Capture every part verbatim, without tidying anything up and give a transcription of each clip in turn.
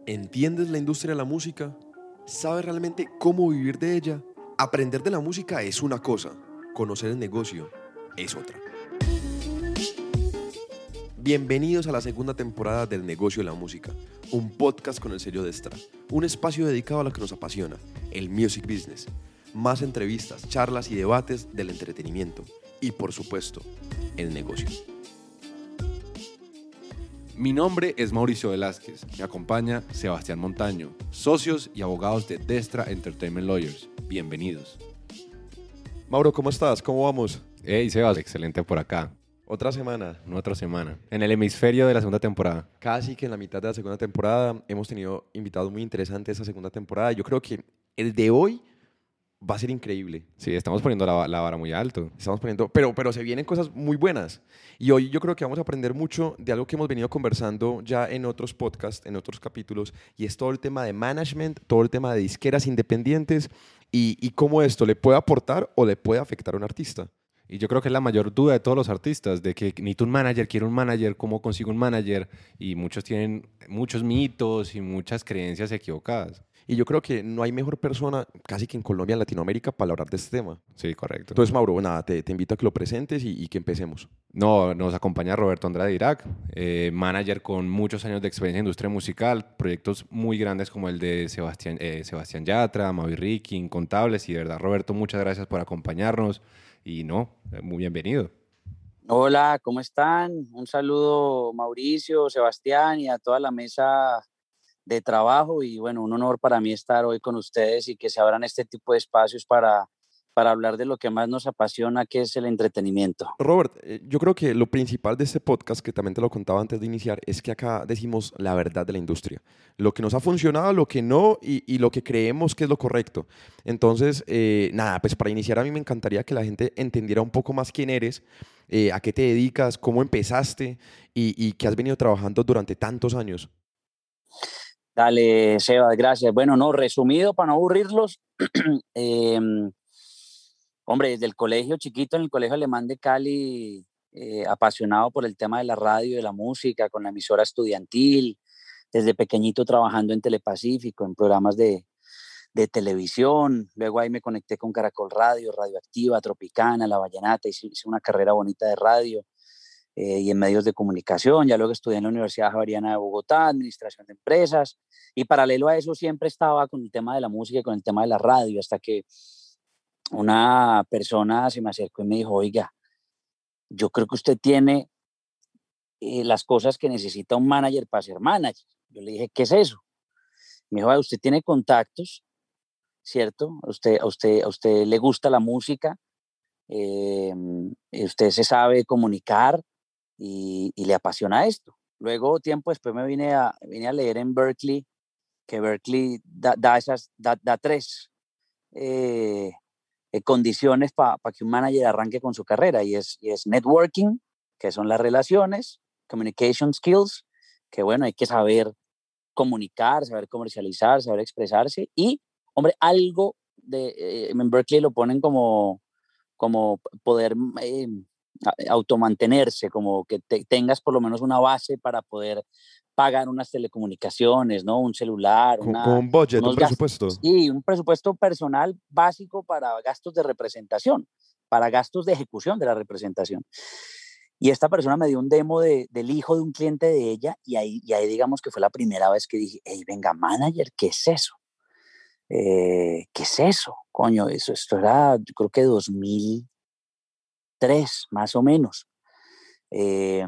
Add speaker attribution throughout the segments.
Speaker 1: ¿Entiendes la industria de la música? ¿Sabes realmente cómo vivir de ella? Aprender de la música es una cosa, conocer el negocio es otra. Bienvenidos a la segunda temporada del Negocio de la Música, un podcast con el sello Destra, un espacio dedicado a lo que nos apasiona, el music business. Más entrevistas, charlas y debates del entretenimiento y, por supuesto, el negocio.
Speaker 2: Mi nombre es Mauricio Velázquez, me acompaña Sebastián Montaño, socios y abogados de Destra Entertainment Lawyers. Bienvenidos.
Speaker 1: Mauro, ¿cómo estás? ¿Cómo vamos?
Speaker 2: Hey Sebas, excelente por acá.
Speaker 1: Otra semana.
Speaker 2: Una otra semana. En el hemisferio de la segunda temporada.
Speaker 1: Casi que en la mitad de la segunda temporada. Hemos tenido invitados muy interesantes esa segunda temporada. Yo creo que el de hoy va a ser increíble.
Speaker 2: Sí, estamos poniendo la, la vara muy alto.
Speaker 1: Estamos poniendo, pero, pero se vienen cosas muy buenas. Y hoy yo creo que vamos a aprender mucho de algo que hemos venido conversando ya en otros podcasts, en otros capítulos, y es todo el tema de management, todo el tema de disqueras independientes y, y cómo esto le puede aportar o le puede afectar a un artista.
Speaker 2: Y yo creo que es la mayor duda de todos los artistas, de que necesito un manager, quiero un manager, ¿cómo consigo un manager? Y muchos tienen muchos mitos y muchas creencias equivocadas.
Speaker 1: Y yo creo que no hay mejor persona, casi que en Colombia, en Latinoamérica, para hablar de este tema.
Speaker 2: Sí, correcto.
Speaker 1: Entonces, Mauro, nada, te, te invito a que lo presentes y, y que empecemos.
Speaker 2: No, nos acompaña Roberto Andrade Irak, eh, manager con muchos años de experiencia en industria musical, proyectos muy grandes como el de Sebastián, eh, Sebastián Yatra, Mavi Ricky, Incontables, y de verdad, Roberto, muchas gracias por acompañarnos y no, muy bienvenido.
Speaker 3: Hola, ¿cómo están? Un saludo, Mauricio, Sebastián, y a toda la mesa de trabajo. Y bueno, un honor para mí estar hoy con ustedes y que se abran este tipo de espacios para, para hablar de lo que más nos apasiona, que es el entretenimiento.
Speaker 1: Robert, eh, yo creo que lo principal de este podcast, que también te lo contaba antes de iniciar, es que acá decimos la verdad de la industria. Lo que nos ha funcionado, lo que no y, y lo que creemos que es lo correcto. Entonces, eh, nada, pues para iniciar a mí me encantaría que la gente entendiera un poco más quién eres, eh, a qué te dedicas, cómo empezaste y, y qué has venido trabajando durante tantos años.
Speaker 3: Dale, Sebas, gracias. Bueno, no, resumido para no aburrirlos, eh, hombre, desde el colegio chiquito, en el Colegio Alemán de Cali, eh, apasionado por el tema de la radio, de la música, con la emisora estudiantil, desde pequeñito trabajando en Telepacífico, en programas de, de televisión. Luego ahí me conecté con Caracol Radio, Radioactiva, Tropicana, La Vallenata, hice, hice una carrera bonita de radio. Eh, y en medios de comunicación. Ya luego estudié en la Universidad Javeriana de Bogotá, Administración de Empresas, y paralelo a eso siempre estaba con el tema de la música y con el tema de la radio, hasta que una persona se me acercó y me dijo, oiga, yo creo que usted tiene eh, las cosas que necesita un manager para ser manager. Yo le dije, ¿qué es eso? Me dijo, usted tiene contactos, ¿cierto? A usted, a usted, a usted le gusta la música, eh, usted se sabe comunicar, Y, y le apasiona esto. Luego, tiempo después, me vine a, vine a leer en Berkeley, que Berkeley da, da, esas, da, da tres eh, eh, condiciones para pa que un manager arranque con su carrera, y es, y es networking, que son las relaciones, communication skills, que bueno, hay que saber comunicar, saber comercializar, saber expresarse, y, hombre, algo de, eh, en Berkeley lo ponen como, como poder... Eh, automantenerse, como que te, tengas por lo menos una base para poder pagar unas telecomunicaciones, ¿no? Un celular,
Speaker 1: Con,
Speaker 3: una,
Speaker 1: con un budget,
Speaker 3: unos
Speaker 1: un presupuesto.
Speaker 3: gastos, sí, un presupuesto personal básico para gastos de representación, para gastos de ejecución de la representación. Y esta persona me dio un demo de, del hijo de un cliente de ella, y ahí, y ahí digamos que fue la primera vez que dije, hey, venga, manager, ¿qué es eso? Eh, ¿Qué es eso? Coño, eso, esto era, yo creo que dos mil tres, más o menos. Eh,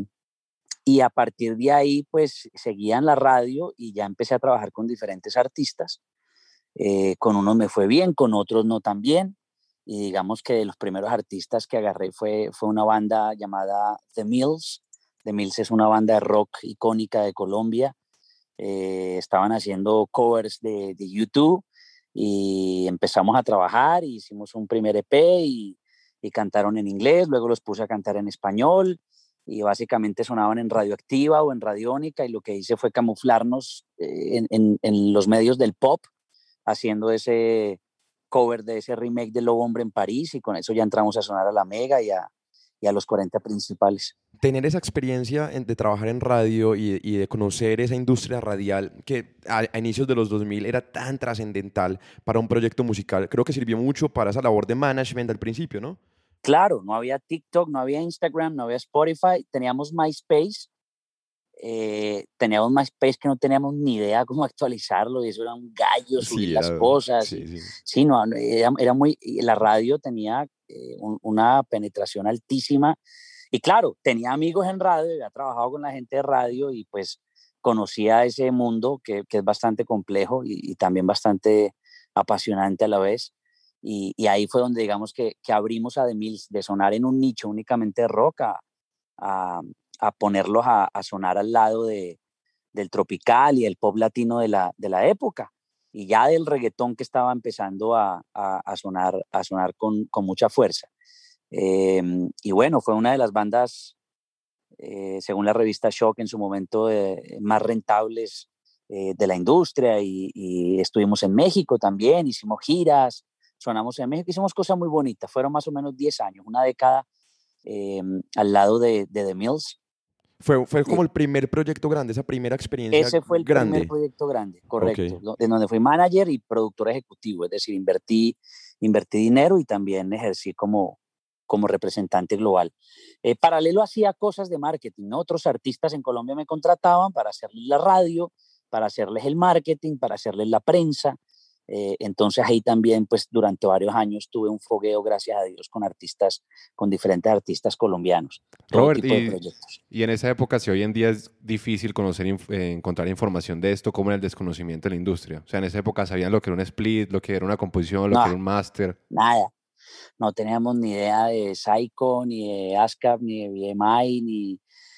Speaker 3: y a partir de ahí, pues, seguía en la radio y ya empecé a trabajar con diferentes artistas. Eh, con unos me fue bien, con otros no tan bien. Y digamos que de los primeros artistas que agarré fue, fue una banda llamada The Mills. The Mills es una banda de rock icónica de Colombia. Eh, estaban haciendo covers de, de YouTube y empezamos a trabajar, y hicimos un primer E P y y cantaron en inglés, luego los puse a cantar en español, y básicamente sonaban en Radioactiva o en Radiónica, y lo que hice fue camuflarnos eh, en, en, en los medios del pop, haciendo ese cover de ese remake de Lobo Hombre en París, y con eso ya entramos a sonar a la Mega y a, y a los cuarenta principales.
Speaker 1: Tener esa experiencia en- de trabajar en radio y, y de conocer esa industria radial que a, a inicios de los dos mil era tan trascendental para un proyecto musical, creo que sirvió mucho para esa labor de management al principio, ¿no?
Speaker 3: Claro, no había TikTok, no había Instagram, no había Spotify, teníamos MySpace, eh, teníamos MySpace que no teníamos ni idea cómo actualizarlo y eso era un gallo subir
Speaker 1: Sí,
Speaker 3: las
Speaker 1: era,
Speaker 3: cosas
Speaker 1: sí,
Speaker 3: y
Speaker 1: sí.
Speaker 3: sí, no, no, era, era muy, y la radio tenía eh, un- una penetración altísima y claro, tenía amigos en radio, había trabajado con la gente de radio y pues conocía ese mundo que, que es bastante complejo y, y también bastante apasionante a la vez. Y, y ahí fue donde digamos que, que abrimos a The Mills de sonar en un nicho únicamente de rock a, a, a ponerlos a, a, sonar al lado de, del tropical y el pop latino de la, de la época y ya del reggaetón que estaba empezando a, a, a sonar, a sonar con, con mucha fuerza. Eh, y bueno, fue una de las bandas, eh, según la revista Shock, en su momento eh, más rentables eh, de la industria y, y estuvimos en México también, hicimos giras, sonamos en México, hicimos cosas muy bonitas, fueron más o menos diez años, una década eh, al lado de, de The Mills.
Speaker 1: Fue, fue como el primer proyecto grande, esa primera experiencia
Speaker 3: Ese fue el primer
Speaker 1: grande.
Speaker 3: proyecto grande,
Speaker 1: Ok.
Speaker 3: correcto, en donde fui manager y productor ejecutivo, es decir, invertí, invertí dinero y también ejercí como, como representante global. Eh, paralelo hacía cosas de marketing, ¿no? Otros artistas en Colombia me contrataban para hacerles la radio, para hacerles el marketing, para hacerles la prensa. Eh, entonces ahí también, pues durante varios años tuve un fogueo, gracias a Dios, con artistas, con diferentes artistas colombianos, todo
Speaker 2: Robert,
Speaker 3: tipo de
Speaker 2: y,
Speaker 3: proyectos.
Speaker 2: y en esa época, si hoy en día es difícil conocer, inf- eh, encontrar información de esto, ¿cómo era el desconocimiento de la industria? O sea, en esa época sabían lo que era un split, lo que era una composición, lo que
Speaker 3: No,
Speaker 2: era un máster.
Speaker 3: nada. No teníamos ni idea de Psycho, ni de ASCAP, ni de B M I, ni,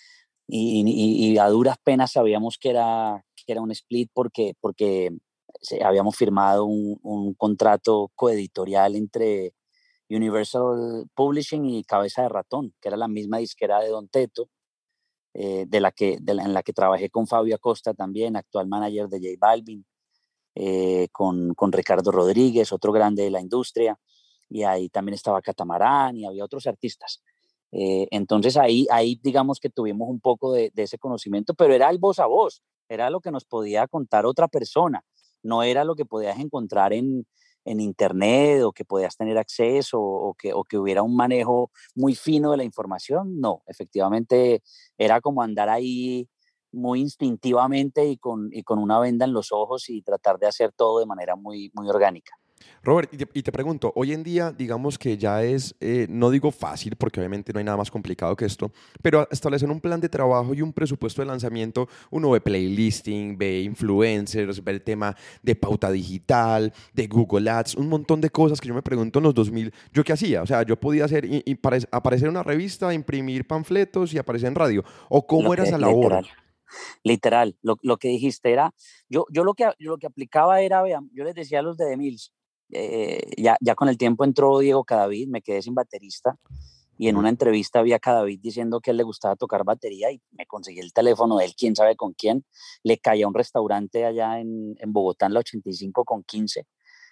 Speaker 3: y, y, y a duras penas sabíamos que era, que era un split porque, porque habíamos firmado un, un contrato coeditorial entre Universal Publishing y Cabeza de Ratón, que era la misma disquera de Don Teto, eh, de la que, de la, en la que trabajé con Fabio Acosta también, actual manager de J Balvin, eh, con, con Ricardo Rodríguez, otro grande de la industria, y ahí también estaba Catamarán y había otros artistas. Eh, entonces ahí, ahí digamos que tuvimos un poco de, de ese conocimiento, pero era el voz a voz, era lo que nos podía contar otra persona, no era lo que podías encontrar en, en internet o que podías tener acceso o que, o que hubiera un manejo muy fino de la información. No, efectivamente era como andar ahí muy instintivamente y con, y con una venda en los ojos y tratar de hacer todo de manera muy, muy orgánica.
Speaker 1: Robert, y te, y te pregunto, hoy en día, digamos que ya es, eh, no digo fácil, porque obviamente no hay nada más complicado que esto, pero establecer un plan de trabajo y un presupuesto de lanzamiento, uno ve playlisting, ve influencers, ve el tema de pauta digital, de Google Ads, un montón de cosas que yo me pregunto en los dos mil, ¿yo qué hacía? O sea, yo podía hacer, y, y pare- aparecer en una revista, imprimir panfletos y aparecer en radio, o
Speaker 3: Lo
Speaker 1: cómo era
Speaker 3: que,
Speaker 1: esa labor.
Speaker 3: literal, literal, lo, lo que dijiste era, yo, yo lo, que, yo lo que aplicaba era, vean, yo les decía a los de The Mills, eh, ya, ya con el tiempo entró Diego Cadavid, me quedé sin baterista y en
Speaker 1: Okay.
Speaker 3: una entrevista vi a Cadavid diciendo que a él le gustaba tocar batería y me conseguí el teléfono de él, quién sabe con quién, le caí a un restaurante allá en, en Bogotá en la ochenta y cinco con quince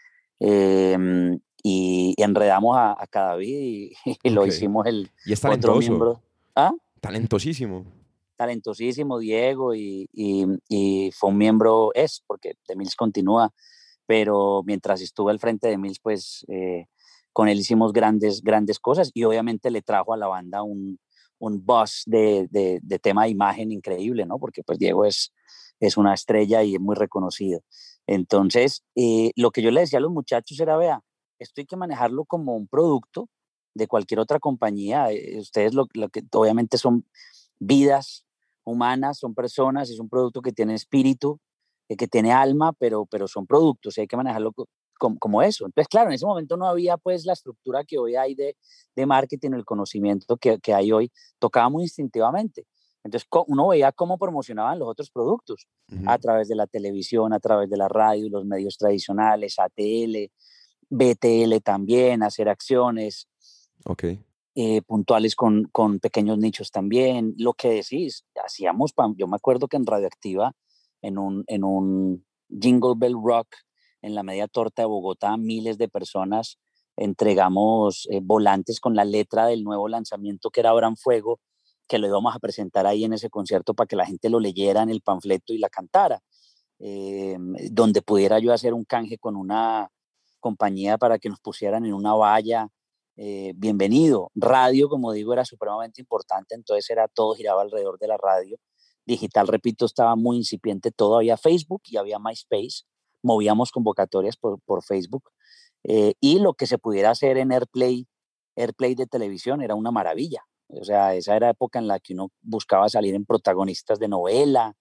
Speaker 3: eh, y, y enredamos a, a Cadavid y, y lo
Speaker 1: Ok.
Speaker 3: hicimos el
Speaker 1: Y es
Speaker 3: otro
Speaker 1: talentoso,
Speaker 3: miembro. ¿Ah?
Speaker 1: talentosísimo.
Speaker 3: Talentosísimo Diego y, y, y fue un miembro, es, porque The Mills continúa, pero mientras estuve al frente de Mills, pues eh, con él hicimos grandes, grandes cosas y obviamente le trajo a la banda un, un buzz de, de, de tema de imagen increíble, ¿no? Porque pues Diego es, es una estrella y es muy reconocido. Entonces, eh, lo que yo le decía a los muchachos era, vea, esto hay que manejarlo como un producto de cualquier otra compañía. Eh, ustedes lo, lo que obviamente son vidas humanas, son personas, es un producto que tiene espíritu, eh, que tiene alma, pero, pero son productos y hay que manejarlo co como, como eso. Entonces, claro, en ese momento no había pues la estructura que hoy hay de, de marketing, el conocimiento que, que hay hoy, tocaba muy instintivamente. Entonces, uno veía cómo promocionaban los otros productos
Speaker 1: Uh -huh.
Speaker 3: a través de la televisión, a través de la radio, los medios tradicionales, A T L, B T L también, hacer acciones.
Speaker 1: Okay.
Speaker 3: Eh, puntuales con, con pequeños nichos también. Lo que decís, hacíamos, yo me acuerdo que en Radioactiva, en un, en un Jingle Bell Rock, en la media torta de Bogotá, miles de personas entregamos eh, volantes con la letra del nuevo lanzamiento que era Abran Fuego, que lo íbamos a presentar ahí en ese concierto para que la gente lo leyera en el panfleto y la cantara, eh, donde pudiera yo hacer un canje con una compañía para que nos pusieran en una valla. Eh, bienvenido. Radio, como digo, era supremamente importante, entonces era todo giraba alrededor de la radio. Digital, repito, estaba muy incipiente todo. Había Facebook y había MySpace. Movíamos convocatorias por, por Facebook. Eh, y lo que se pudiera hacer en Airplay, Airplay de televisión era una maravilla. O sea, esa era época en la que uno buscaba salir en protagonistas de novela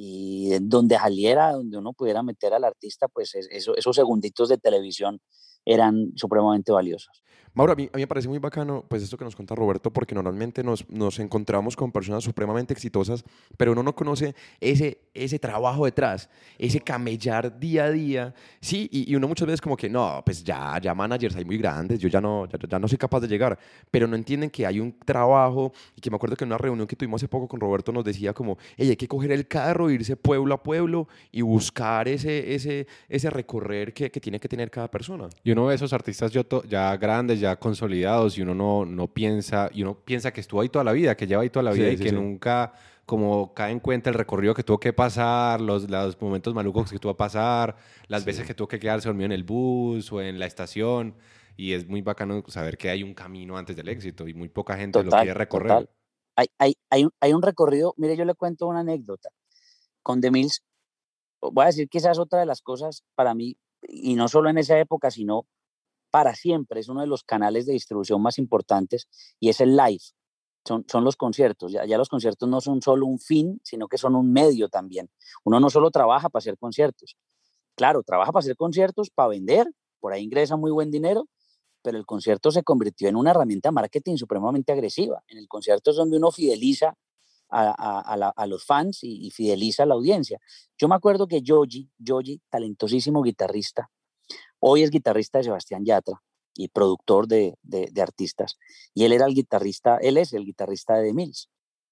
Speaker 3: y donde saliera, donde uno pudiera meter al artista, pues eso, esos segunditos de televisión eran supremamente valiosos.
Speaker 1: Mauro, a mí, a mí me parece muy bacano pues esto que nos cuenta Roberto, porque normalmente nos, nos encontramos con personas supremamente exitosas, pero uno no conoce ese, ese trabajo detrás, ese camellar día a día, sí, y, y uno muchas veces como que, no, pues ya, ya managers hay muy grandes, yo ya no, ya, ya no soy capaz de llegar, pero no entienden que hay un trabajo, y que me acuerdo que en una reunión que tuvimos hace poco con Roberto nos decía como, hey, hay que coger el carro, irse pueblo a pueblo y buscar ese, ese, ese recorrer que, que tiene que tener cada persona.
Speaker 2: Y uno ve esos artistas ya, ya grandes, ya consolidados, y uno no, no piensa, y uno piensa que estuvo ahí toda la vida, que lleva ahí toda la vida, sí, y sí, que sí. nunca como cae en cuenta el recorrido que tuvo que pasar, los, los momentos malucos que tuvo que pasar, las sí. veces que tuvo que quedarse dormido en el bus o en la estación, y es muy bacano saber que hay un camino antes del éxito y muy poca gente total, lo quiere recorrer.
Speaker 3: Total. Hay, hay, hay, un, hay un recorrido, mire, yo le cuento una anécdota. Con The Mills, voy a decir quizás otra de las cosas para mí, y no solo en esa época, sino para siempre, es uno de los canales de distribución más importantes, y es el live, son, son los conciertos. Ya, ya los conciertos no son solo un fin, sino que son un medio también. Uno no solo trabaja para hacer conciertos, claro, trabaja para hacer conciertos, para vender, por ahí ingresa muy buen dinero, pero el concierto se convirtió en una herramienta de marketing supremamente agresiva. En el concierto es donde uno fideliza a, a, a, la, a los fans y, y fideliza a la audiencia. Yo me acuerdo que Yogi, Yogi, talentosísimo guitarrista, hoy es guitarrista de Sebastián Yatra y productor de, de, de artistas. Y él era el guitarrista, él es el guitarrista de The Mills.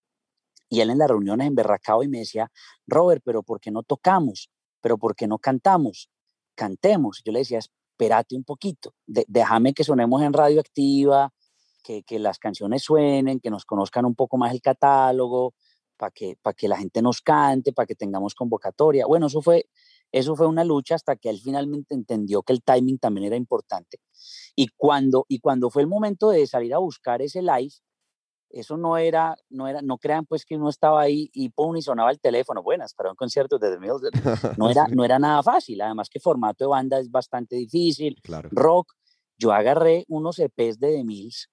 Speaker 3: Y él en las reuniones emberracado y me decía, Robert, pero ¿por qué no tocamos? ¿Pero por qué no cantamos? Cantemos. Yo le decía, espérate un poquito, de, déjame que sonemos en Radioactiva, que, que las canciones suenen, que nos conozcan un poco más el catálogo, para que, pa que la gente nos cante, para que tengamos convocatoria. Bueno, eso fue, eso fue una lucha hasta que él finalmente entendió que el timing también era importante. Y cuando, y cuando fue el momento de salir a buscar ese live, eso no era, no era, no crean pues que uno estaba ahí y pum, y sonaba el teléfono. Buenas, para un concierto de The Mills, no era, no era nada fácil. Además que formato de banda es bastante difícil.
Speaker 1: Claro.
Speaker 3: Rock, yo agarré unos E Pes de The Mills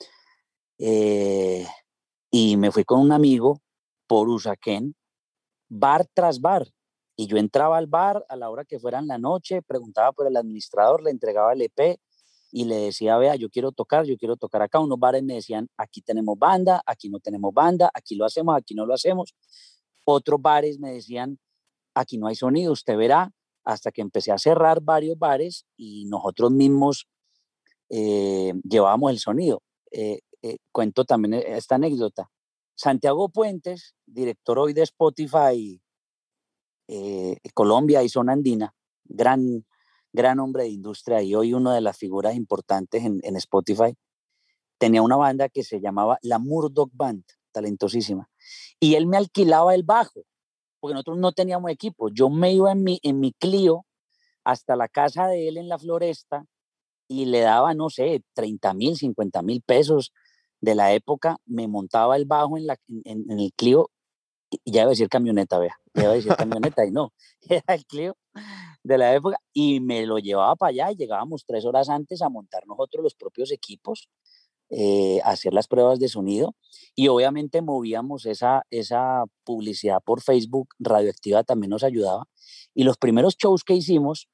Speaker 3: eh, y me fui con un amigo por Usaquén, bar tras bar. Y yo entraba al bar a la hora que fuera en la noche, preguntaba por el administrador, le entregaba el E P y le decía, vea, yo quiero tocar, yo quiero tocar acá. Unos bares me decían, aquí tenemos banda, aquí no tenemos banda, aquí lo hacemos, aquí no lo hacemos. Otros bares me decían, aquí no hay sonido, usted verá, hasta que empecé a cerrar varios bares y nosotros mismos eh, llevábamos el sonido. Eh, eh, cuento también esta anécdota. Santiago Puentes, director hoy de Spotify eh, Colombia y Zona Andina, gran, gran hombre de industria y hoy una de las figuras importantes en, en Spotify, tenía una banda que se llamaba la Murdoch Band, talentosísima, y él me alquilaba el bajo, porque nosotros no teníamos equipo. Yo me iba en mi, en mi Clio hasta la casa de él en la Floresta y le daba, no sé, treinta mil, cincuenta mil pesos de la época, me montaba el bajo en, la, en, en el Clio, y ya iba a decir camioneta, vea, ya iba a decir camioneta, y no, era el Clio de la época, y me lo llevaba para allá, y llegábamos tres horas antes a montar nosotros los propios equipos, eh, a hacer las pruebas de sonido, y obviamente movíamos esa, esa publicidad por Facebook. Radioactiva también nos ayudaba, y los primeros shows que hicimos,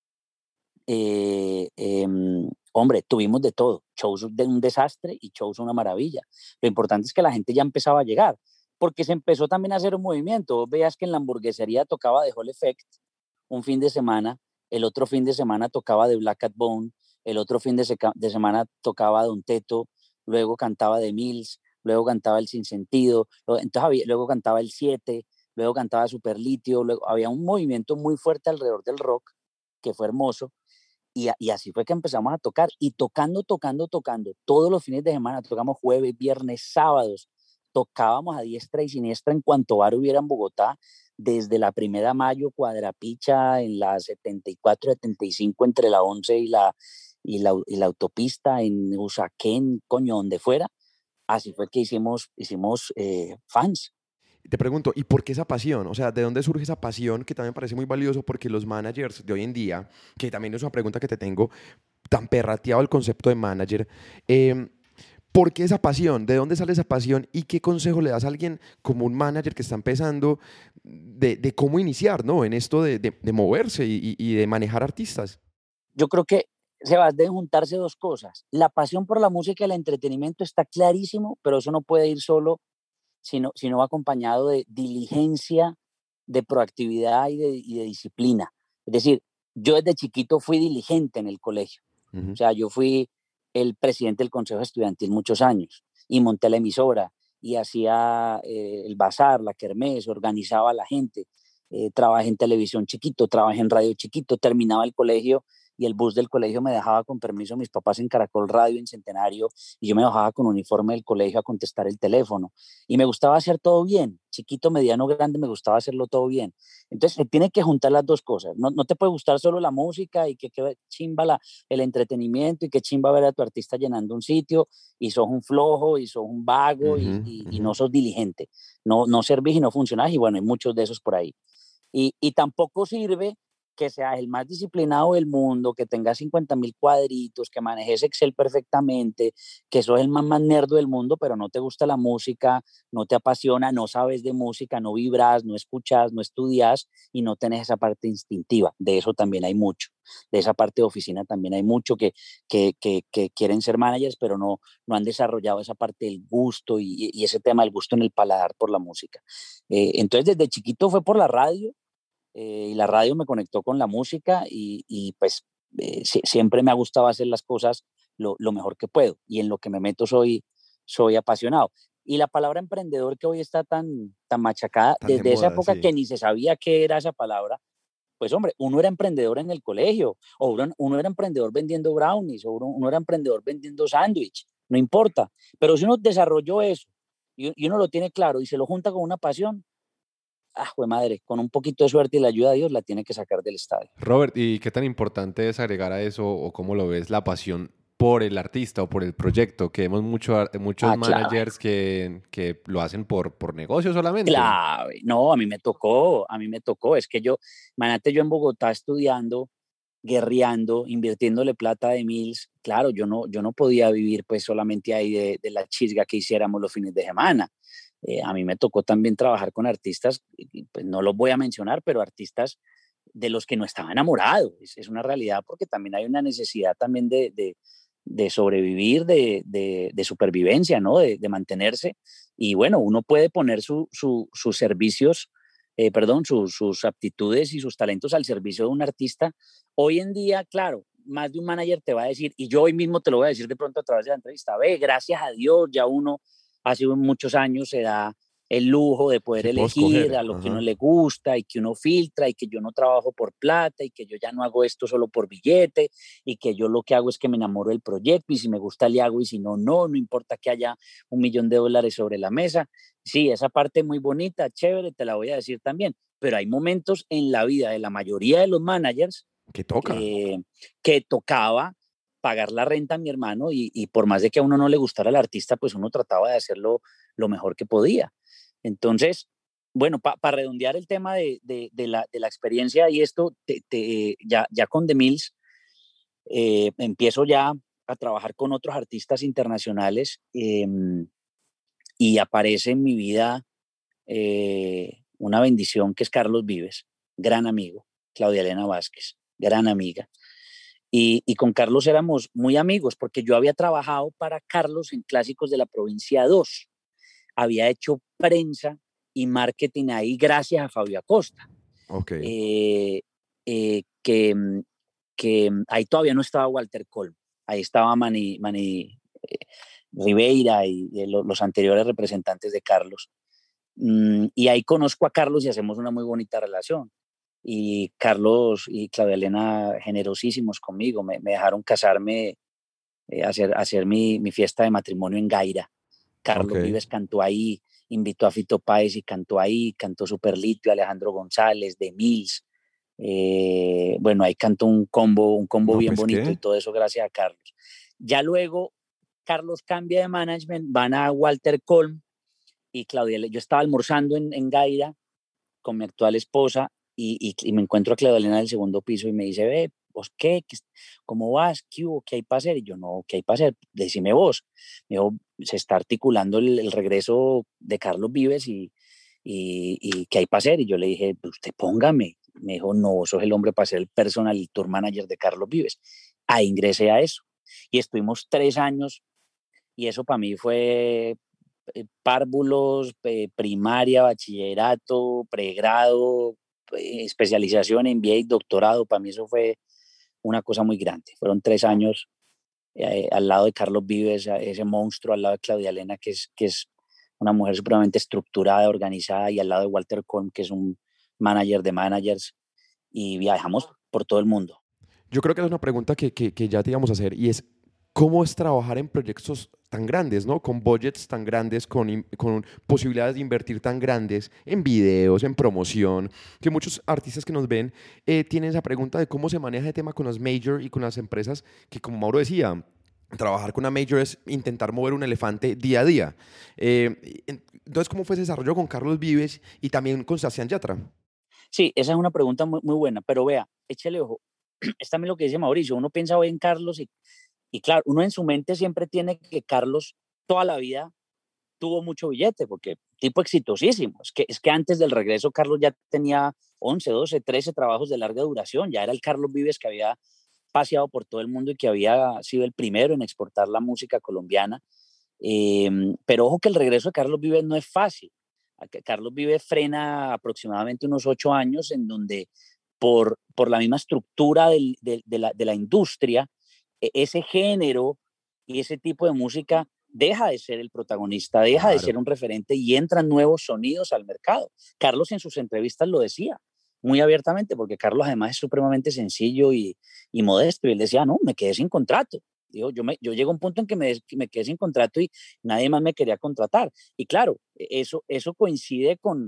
Speaker 3: eh, eh, hombre, tuvimos de todo, shows de un desastre y shows una maravilla. Lo importante es que la gente ya empezaba a llegar, porque se empezó también a hacer un movimiento. Vos veías que en la hamburguesería tocaba The Hall Effect un fin de semana, el otro fin de semana tocaba The Black Cat Bone, el otro fin de, se de semana tocaba Don Teto, luego cantaba The Mills, luego cantaba El Sinsentido, luego, entonces había, luego cantaba El siete, luego cantaba Superlitio, luego había un movimiento muy fuerte alrededor del rock, que fue hermoso. Y, y así fue que empezamos a tocar, y tocando, tocando, tocando, todos los fines de semana, tocamos jueves, viernes, sábados, tocábamos a diestra y siniestra en cuanto bar hubiera en Bogotá, desde la Primera Mayo, Cuadrapicha, en la setenta y cuatro, setenta y cinco, entre la once y la, y la, y la autopista, en Usaquén, coño, donde fuera. Así fue que hicimos, hicimos eh, fans.
Speaker 1: Te pregunto, ¿y por qué esa pasión? O sea, ¿de dónde surge esa pasión? Que también me parece muy valioso porque los managers de hoy en día, que también es una pregunta que te tengo, tan perrateado el concepto de manager, eh, ¿por qué esa pasión? ¿De dónde sale esa pasión? ¿Y qué consejo le das a alguien como un manager que está empezando de, de cómo iniciar, ¿no? En esto de, de, de moverse y, y de manejar artistas.
Speaker 3: Yo creo que se van a juntarse dos cosas. La pasión por la música y el entretenimiento está clarísimo, pero eso no puede ir solo, sino, sino acompañado de diligencia, de proactividad y de, y de disciplina. Es decir, yo desde chiquito fui diligente en el colegio.
Speaker 1: Uh-huh.
Speaker 3: O sea, yo fui el presidente del consejo estudiantil muchos años y monté la emisora y hacía eh, el bazar, la kermés, organizaba a la gente. Eh, trabajé en televisión chiquito, trabajé en radio chiquito, terminaba el colegio y el bus del colegio me dejaba con permiso mis papás en Caracol Radio, en Centenario, y yo me bajaba con uniforme del colegio a contestar el teléfono. Y me gustaba hacer todo bien, chiquito, mediano, grande, me gustaba hacerlo todo bien. Entonces, se tiene que juntar las dos cosas. No, no te puede gustar solo la música y que, que chimba la, el entretenimiento y que chimba ver a tu artista llenando un sitio y sos un flojo y sos un vago
Speaker 1: Uh-huh,
Speaker 3: y, y,
Speaker 1: uh-huh.
Speaker 3: y no sos diligente. No, no servís y no funcionás, y bueno, hay muchos de esos por ahí. Y, y tampoco sirve que seas el más disciplinado del mundo, que tengas cincuenta mil cuadritos, que manejes Excel perfectamente, que sos el más, más nerdo del mundo, pero no te gusta la música, no te apasiona, no sabes de música, no vibras, no escuchas, no estudias y no tenés esa parte instintiva. De eso también hay mucho. De esa parte de oficina también hay mucho que, que, que, que quieren ser managers, pero no, no han desarrollado esa parte del gusto y, y ese tema del gusto en el paladar por la música. Eh, entonces, desde chiquito fue por la radio. Eh, y la radio me conectó con la música y, y pues eh, si, siempre me ha gustado hacer las cosas lo, lo, mejor que puedo, y en lo que me meto soy, soy apasionado. Y la palabra emprendedor, que hoy está tan, tan machacada,
Speaker 1: Tan de
Speaker 3: desde esa
Speaker 1: moda,
Speaker 3: época
Speaker 1: sí.
Speaker 3: que ni se sabía qué era esa palabra, pues hombre, uno era emprendedor en el colegio, o uno, uno era emprendedor vendiendo brownies, o uno, uno era emprendedor vendiendo sándwich, no importa. Pero si uno desarrolló eso y, y uno lo tiene claro y se lo junta con una pasión, ah, jue madre, con un poquito de suerte y la ayuda de Dios la tiene que sacar del estadio.
Speaker 2: Robert, ¿y qué tan importante es agregar a eso, o cómo lo ves, la pasión por el artista o por el proyecto? Que vemos mucho, muchos
Speaker 3: Ah, clave.
Speaker 2: managers que, que lo hacen por, por negocio solamente.
Speaker 3: Clave. No, a mí me tocó, a mí me tocó. Es que yo, imagínate, yo en Bogotá estudiando, guerreando, invirtiéndole plata de Mills. Claro, yo no, yo no podía vivir pues solamente ahí de, de la chisga que hiciéramos los fines de semana. Eh, a mí me tocó también trabajar con artistas, pues no los voy a mencionar, pero artistas de los que no estaba enamorado. Es, es una realidad, porque también hay una necesidad también de, de, de sobrevivir, de, de, de, supervivencia, ¿no? De, de mantenerse. Y bueno, uno puede poner su, su, sus servicios, eh, perdón, su, sus aptitudes y sus talentos al servicio de un artista. Hoy en día, claro, más de un manager te va a decir, y yo hoy mismo te lo voy a decir de pronto a través de la entrevista, ve, gracias a Dios, ya uno hace muchos años se da el lujo de poder elegir a lo que uno le gusta y que uno filtra, y que yo no trabajo por plata y que yo ya no hago esto solo por billete, y que yo lo que hago es que me enamoro del proyecto y si me gusta le hago y si no, no, no importa que haya un millón de dólares sobre la mesa. Sí, esa parte muy bonita, chévere, te la voy a decir también, pero hay momentos en la vida de la mayoría de los managers
Speaker 1: que toca,
Speaker 3: eh, que tocaba pagar la renta a mi hermano y, y por más de que a uno no le gustara el artista, pues uno trataba de hacerlo lo mejor que podía. Entonces, bueno, para pa redondear el tema de, de, de, la, de la experiencia y esto, te, te, ya, ya con The Mills, eh, empiezo ya a trabajar con otros artistas internacionales eh, y aparece en mi vida eh, una bendición que es Carlos Vives, gran amigo, Claudia Elena Vázquez, gran amiga. Y, y con Carlos éramos muy amigos porque yo había trabajado para Carlos en Clásicos de la Provincia dos. Había hecho prensa y marketing ahí gracias a Fabio Acosta.
Speaker 1: Okay.
Speaker 3: Eh, eh, que, que ahí todavía no estaba Walter Colm, ahí estaba Manny, Manny eh, Ribeira y, y lo, los anteriores representantes de Carlos. Mm, y ahí conozco a Carlos y hacemos una muy bonita relación. y Carlos y Claudia Elena generosísimos conmigo, me, me dejaron casarme, eh, hacer, hacer mi, mi fiesta de matrimonio en Gaira. Carlos
Speaker 1: Ok.
Speaker 3: Vives cantó ahí, invitó a Fito Páez y cantó ahí, cantó Superlitio, Alejandro González, de Mills. Eh, bueno, ahí cantó un combo, un combo
Speaker 1: No,
Speaker 3: bien
Speaker 1: pues
Speaker 3: bonito y
Speaker 1: qué.
Speaker 3: todo eso gracias a Carlos. Ya luego Carlos cambia de management, van a Walter Colm y Claudia, yo estaba almorzando en, en Gaira con mi actual esposa y, y, y me encuentro a Claudia Elena del segundo piso y me dice, ve, ¿vos qué? ¿Qué ¿Cómo vas? ¿Qué hubo? ¿Qué hay para hacer? Y yo, no, ¿qué hay para hacer? Decime vos. Me dijo, se está articulando el, el regreso de Carlos Vives y, y, y ¿qué hay para hacer? Y yo le dije, usted póngame. Me dijo, no, vos sos el hombre para ser el personal tour manager de Carlos Vives. Ahí ingresé a eso. Y estuvimos tres años y eso para mí fue eh, párvulos, eh, primaria, bachillerato, pregrado, eh, especialización, M B A, doctorado. Para mí eso fue una cosa muy grande. Fueron tres años eh, al lado de Carlos Vives, ese monstruo, al lado de Claudia Elena, que es, que es una mujer supremamente estructurada, organizada, y al lado de Walter Colm, que es un manager de managers, y viajamos por todo el mundo.
Speaker 1: Yo creo que es una pregunta que, que, que ya te íbamos a hacer y es, ¿cómo es trabajar en proyectos tan grandes, ¿no? Con budgets tan grandes, con, con posibilidades de invertir tan grandes en videos, en promoción, que muchos artistas que nos ven eh, tienen esa pregunta de cómo se maneja el tema con las major y con las empresas, que como Mauro decía, trabajar con una major es intentar mover un elefante día a día. Eh, entonces, ¿cómo fue ese desarrollo con Carlos Vives y también con Sebastián Yatra?
Speaker 3: Sí, esa es una pregunta muy, muy buena, pero vea, échale ojo. Es también lo que dice Mauricio, uno piensa hoy en Carlos y, y claro, uno en su mente siempre tiene que Carlos toda la vida tuvo mucho billete, porque tipo exitosísimo. Es que, es que antes del regreso Carlos ya tenía once, doce, trece trabajos de larga duración, ya era el Carlos Vives que había paseado por todo el mundo y que había sido el primero en exportar la música colombiana. Eh, pero ojo que el regreso de Carlos Vives no es fácil. Carlos Vives frena aproximadamente unos ocho años en donde por, por la misma estructura del, de, de, la, de la industria, ese género y ese tipo de música deja de ser el protagonista, deja de ser
Speaker 1: Claro.
Speaker 3: un referente y entran nuevos sonidos al mercado. Carlos en sus entrevistas lo decía muy abiertamente, porque Carlos además es supremamente sencillo y, y modesto, y él decía, no, me quedé sin contrato. Digo, yo, me, yo llego a un punto en que me, me quedé sin contrato y nadie más me quería contratar. Y claro, eso, eso coincide con,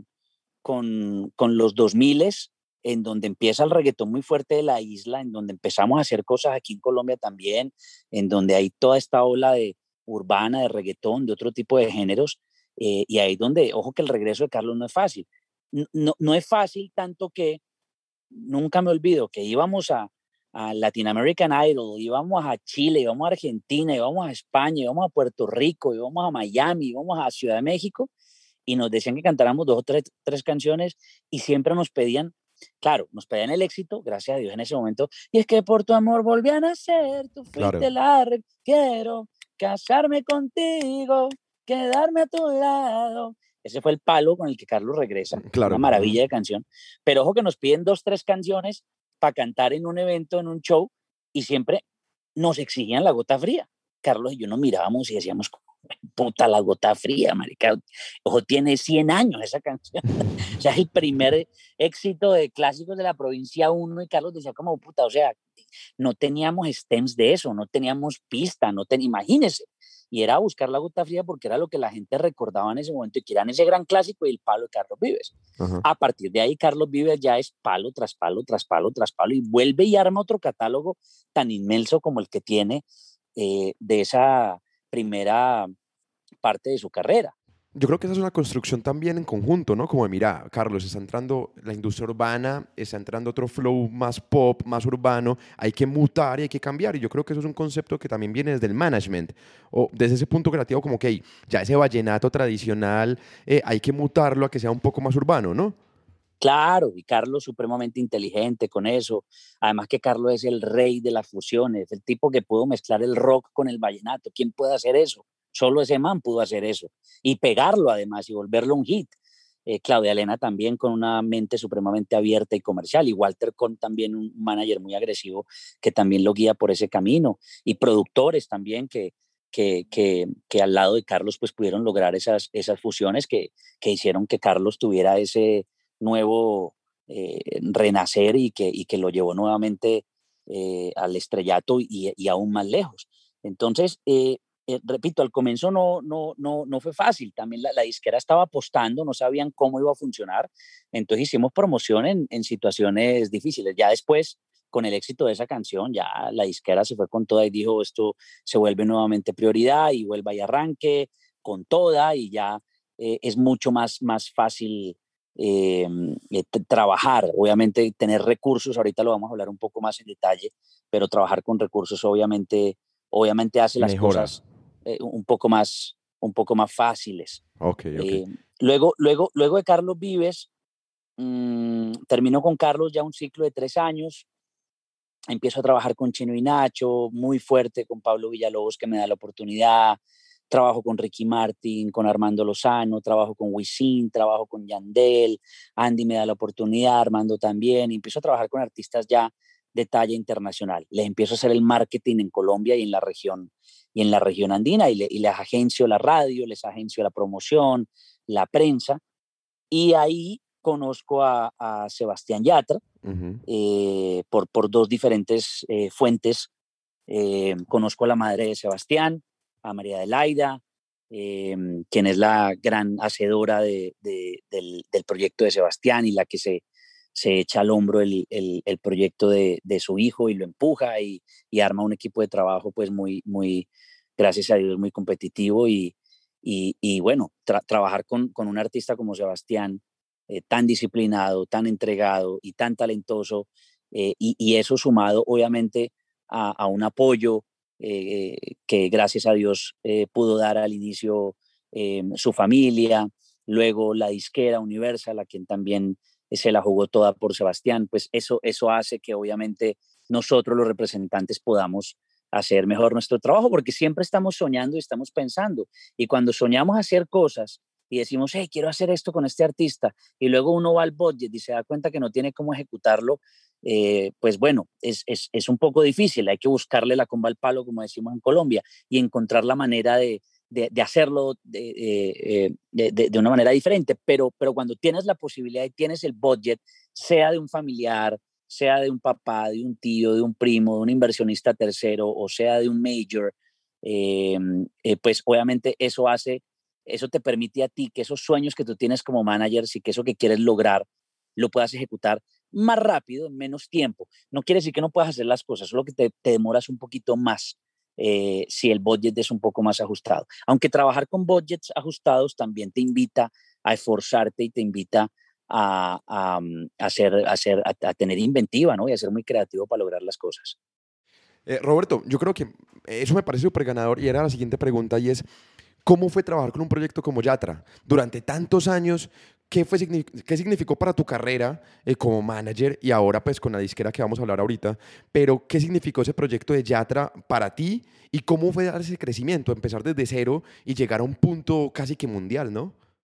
Speaker 3: con, con los dos mil, en donde empieza el reggaetón muy fuerte de la isla, en donde empezamos a hacer cosas aquí en Colombia también, en donde hay toda esta ola de urbana, de reggaetón, de otro tipo de géneros, eh, y ahí donde, ojo que el regreso de Carlos no es fácil. No, no es fácil tanto que nunca me olvido que íbamos a, a Latin American Idol, íbamos a Chile, íbamos a Argentina, íbamos a España, íbamos a Puerto Rico, íbamos a Miami, íbamos a Ciudad de México, y nos decían que cantáramos dos o tres, tres canciones y siempre nos pedían, claro, nos pedían el éxito, gracias a Dios en ese momento, y es que por tu amor volví a nacer, tú fuiste
Speaker 1: Claro.
Speaker 3: la re- quiero casarme contigo, quedarme a tu lado. Ese fue el palo con el que Carlos regresa, una
Speaker 1: Claro.
Speaker 3: maravilla de canción. Pero ojo que nos piden dos, tres canciones para cantar en un evento, en un show, y siempre nos exigían la gota fría. Carlos y yo nos mirábamos y decíamos, puta, la gota fría, marica. Ojo, tiene cien años esa canción. O sea, es el primer éxito de clásicos de la provincia uno y Carlos decía como, puta, o sea, no teníamos stems de eso, no teníamos pista, no ten, imagínese. Y era buscar la gota fría porque era lo que la gente recordaba en ese momento y que eran ese gran clásico y el palo de Carlos Vives.
Speaker 1: Ajá.
Speaker 3: A partir de ahí, Carlos Vives ya es palo tras palo, tras palo, tras palo y vuelve y arma otro catálogo tan inmenso como el que tiene eh, de esa primera parte de su carrera.
Speaker 1: Yo creo que esa es una construcción también en conjunto, ¿no? Como de, mira, Carlos, está entrando la industria urbana, está entrando otro flow más pop, más urbano, hay que mutar y hay que cambiar. Y yo creo que eso es un concepto que también viene desde el management, o desde ese punto creativo como que ya ese vallenato tradicional eh, hay que mutarlo a que sea un poco más urbano, ¿no?
Speaker 3: Claro, y Carlos supremamente inteligente con eso. Además que Carlos es el rey de las fusiones, el tipo que pudo mezclar el rock con el vallenato. ¿Quién puede hacer eso? Solo ese man pudo hacer eso. Y pegarlo además y volverlo un hit. Eh, Claudia Elena también con una mente supremamente abierta y comercial. Y Walter Cohn también un manager muy agresivo que también lo guía por ese camino. Y productores también que, que, que, que al lado de Carlos pues pudieron lograr esas, esas fusiones que, que hicieron que Carlos tuviera ese nuevo eh, renacer y que, y que lo llevó nuevamente eh, al estrellato y, y aún más lejos. Entonces, eh, eh, repito, al comienzo no, no, no, no fue fácil. También la, la disquera estaba apostando, no sabían cómo iba a funcionar. Entonces hicimos promoción en, en situaciones difíciles. Ya después, con el éxito de esa canción, ya la disquera se fue con toda y dijo, esto se vuelve nuevamente prioridad y vuelva y arranque con toda y ya eh, es mucho más, más fácil eh, eh, trabajar. Obviamente tener recursos, ahorita lo vamos a hablar un poco más en detalle, pero trabajar con recursos obviamente, obviamente hace las
Speaker 1: Mejora.
Speaker 3: cosas eh, un, poco más, un poco más fáciles.
Speaker 1: Ok, ok.
Speaker 3: Eh, luego, luego, luego de Carlos Vives, mmm, terminó con Carlos ya un ciclo de tres años. Empiezo a trabajar con Chino y Nacho, muy fuerte, con Pablo Villalobos, que me da la oportunidad. Trabajo con Ricky Martin, con Armando Lozano, trabajo con Wisin, trabajo con Yandel, Andy me da la oportunidad, Armando también. Y empiezo a trabajar con artistas ya de talla internacional. Les empiezo a hacer el marketing en Colombia y en la región, y en la región andina, y, le, y les agencio la radio, les agencio la promoción, la prensa. Y ahí conozco a, a Sebastián Yatra,
Speaker 1: Uh-huh.
Speaker 3: eh, por, por dos diferentes eh, fuentes. Eh, conozco a la madre de Sebastián, a María Adelaida, eh, quien es la gran hacedora de, de, del, del, proyecto de Sebastián y la que se, se echa al hombro el, el, el proyecto de, de, su hijo y lo empuja y, y arma un equipo de trabajo pues muy, muy, gracias a Dios, muy competitivo y, y, y bueno, tra trabajar con, con un artista como Sebastián, eh, tan disciplinado, tan entregado y tan talentoso, eh, y, y eso sumado obviamente a, a un apoyo eh, que gracias a Dios eh, pudo dar al inicio eh, su familia, luego la disquera Universal, a quien también se la jugó toda por Sebastián, pues eso, eso hace que obviamente nosotros los representantes podamos hacer mejor nuestro trabajo, porque siempre estamos soñando y estamos pensando, y cuando soñamos hacer cosas y decimos, hey, quiero hacer esto con este artista, y luego uno va al budget y se da cuenta que no tiene cómo ejecutarlo, eh, pues bueno, es, es, es un poco difícil, hay que buscarle la comba al palo, como decimos en Colombia, y encontrar la manera de, de, de hacerlo de, eh, de, de, de una manera diferente, pero, pero cuando tienes la posibilidad y tienes el budget, sea de un familiar, sea de un papá, de un tío, de un primo, de un inversionista tercero, o sea de un major, eh, eh, pues obviamente eso hace, eso te permite a ti que esos sueños que tú tienes como manager, y que eso que quieres lograr, lo puedas ejecutar más rápido, en menos tiempo. No quiere decir que no puedas hacer las cosas, solo que te, te demoras un poquito más eh, si el budget es un poco más ajustado. Aunque trabajar con budgets ajustados también te invita a esforzarte y te invita a, a, a, hacer, a, hacer, a, a tener inventiva, ¿no? Y a ser muy creativo para lograr las cosas.
Speaker 1: Eh, Roberto, yo creo que eso me parece súper ganador y era la siguiente pregunta y es, ¿cómo fue trabajar con un proyecto como Yatra durante tantos años? ¿Qué, fue, qué significó para tu carrera eh, como manager y ahora pues con la disquera que vamos a hablar ahorita? Pero ¿qué significó ese proyecto de Yatra para ti y cómo fue dar ese crecimiento, empezar desde cero y llegar a un punto casi que mundial, ¿no?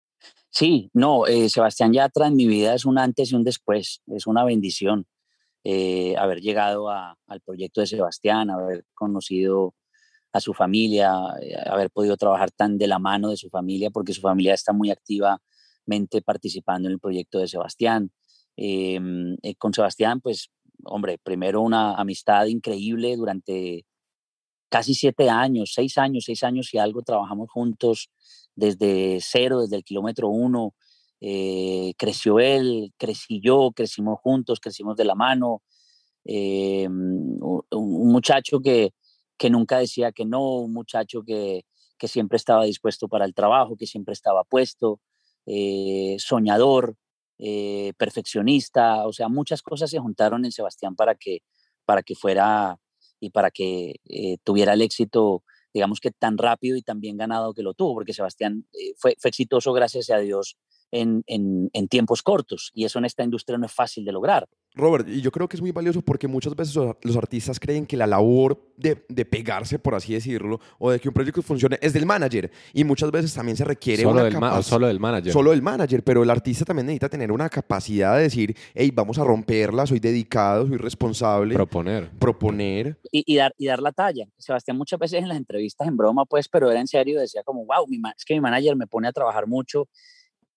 Speaker 3: Sí, no, eh, Sebastián Yatra en mi vida es un antes y un después, es una bendición eh, haber llegado a, al proyecto de Sebastián, haber conocido a su familia, eh, haber podido trabajar tan de la mano de su familia, porque su familia está muy activamente participando en el proyecto de Sebastián. Eh, eh, con Sebastián, pues, hombre, primero una amistad increíble durante casi siete años, seis años, seis años y algo trabajamos juntos desde cero, desde el kilómetro uno. Eh, creció él, crecí yo, crecimos juntos, crecimos de la mano. Eh, un, un muchacho que, que nunca decía que no, un muchacho que, que siempre estaba dispuesto para el trabajo, que siempre estaba puesto, eh, soñador, eh, perfeccionista, o sea, muchas cosas se juntaron en Sebastián para que, para que fuera y para que eh, tuviera el éxito, digamos que tan rápido y tan bien ganado que lo tuvo, porque Sebastián eh, fue, fue exitoso, gracias a Dios, en, en, en tiempos cortos, y eso en esta industria no es fácil de lograr.
Speaker 1: Robert, y yo creo que es muy valioso porque muchas veces los artistas creen que la labor de, de pegarse, por así decirlo, o de que un proyecto funcione es del manager. Y muchas veces también se requiere
Speaker 2: solo
Speaker 1: una
Speaker 2: del
Speaker 1: capacidad.
Speaker 2: Solo del manager.
Speaker 1: Solo del manager, pero el artista también necesita tener una capacidad de decir, hey, vamos a romperla, soy dedicado, soy responsable.
Speaker 2: Proponer.
Speaker 1: Proponer.
Speaker 3: Y, y, dar, y dar la talla. Sebastián muchas veces en las entrevistas en broma, pues, pero era en serio, decía como, wow, mi es que mi manager me pone a trabajar mucho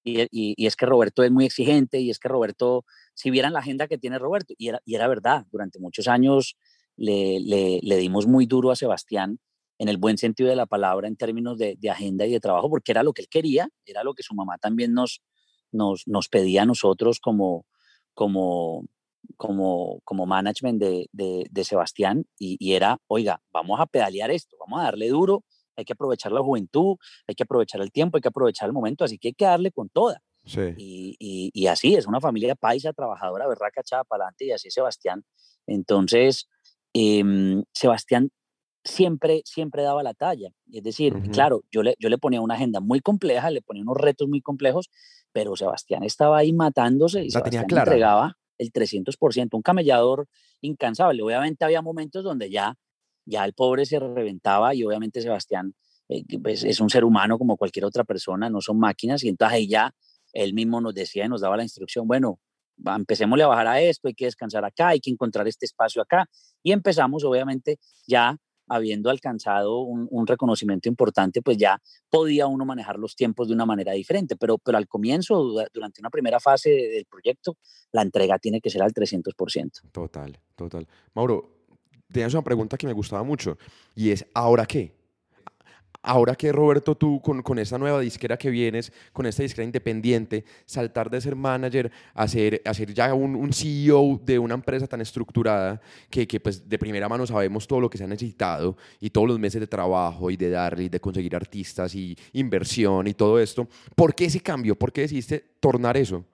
Speaker 3: y, y, y es que Roberto es muy exigente, y es que Roberto, si vieran la agenda que tiene Roberto, y era, y era verdad, durante muchos años le, le, le dimos muy duro a Sebastián, en el buen sentido de la palabra, en términos de, de agenda y de trabajo, porque era lo que él quería, era lo que su mamá también nos, nos, nos pedía a nosotros como, como, como, como management de, de, de Sebastián, y, y era, oiga, vamos a pedalear esto, vamos a darle duro, hay que aprovechar la juventud, hay que aprovechar el tiempo, hay que aprovechar el momento, así que hay que darle con toda.
Speaker 1: Sí.
Speaker 3: Y, y, y así, es una familia paisa, trabajadora, berraca, echada para adelante, y así es Sebastián. Entonces, eh, Sebastián siempre, siempre daba la talla. Es decir,
Speaker 1: Ujú.
Speaker 3: claro, yo le, yo le ponía una agenda muy compleja, le ponía unos retos muy complejos, pero Sebastián estaba ahí matándose, y
Speaker 1: La tenía
Speaker 3: Sebastián
Speaker 1: clara.
Speaker 3: entregaba el trescientos por ciento, un camellador incansable. Obviamente había momentos donde ya, ya el pobre se reventaba, y obviamente Sebastián eh, pues, es un ser humano como cualquier otra persona, no son máquinas, y entonces ahí ya él mismo nos decía y nos daba la instrucción, bueno, empecemos a bajar a esto, hay que descansar acá, hay que encontrar este espacio acá, y empezamos obviamente ya habiendo alcanzado un, un, reconocimiento importante, pues ya podía uno manejar los tiempos de una manera diferente, pero, pero al comienzo, durante una primera fase del proyecto, la entrega tiene que ser al trescientos por ciento.
Speaker 1: Total, total. Mauro, tienes una pregunta que me gustaba mucho, y es, ¿ahora qué? Ahora que Roberto, tú con, con esta nueva disquera que vienes, con esta disquera independiente, saltar de ser manager a ser, a ser ya un, un C E O de una empresa tan estructurada que, que pues de primera mano sabemos todo lo que se ha necesitado y todos los meses de trabajo y de darle y de conseguir artistas y inversión y todo esto. ¿Por qué ese cambio? ¿Por qué decidiste tornar eso?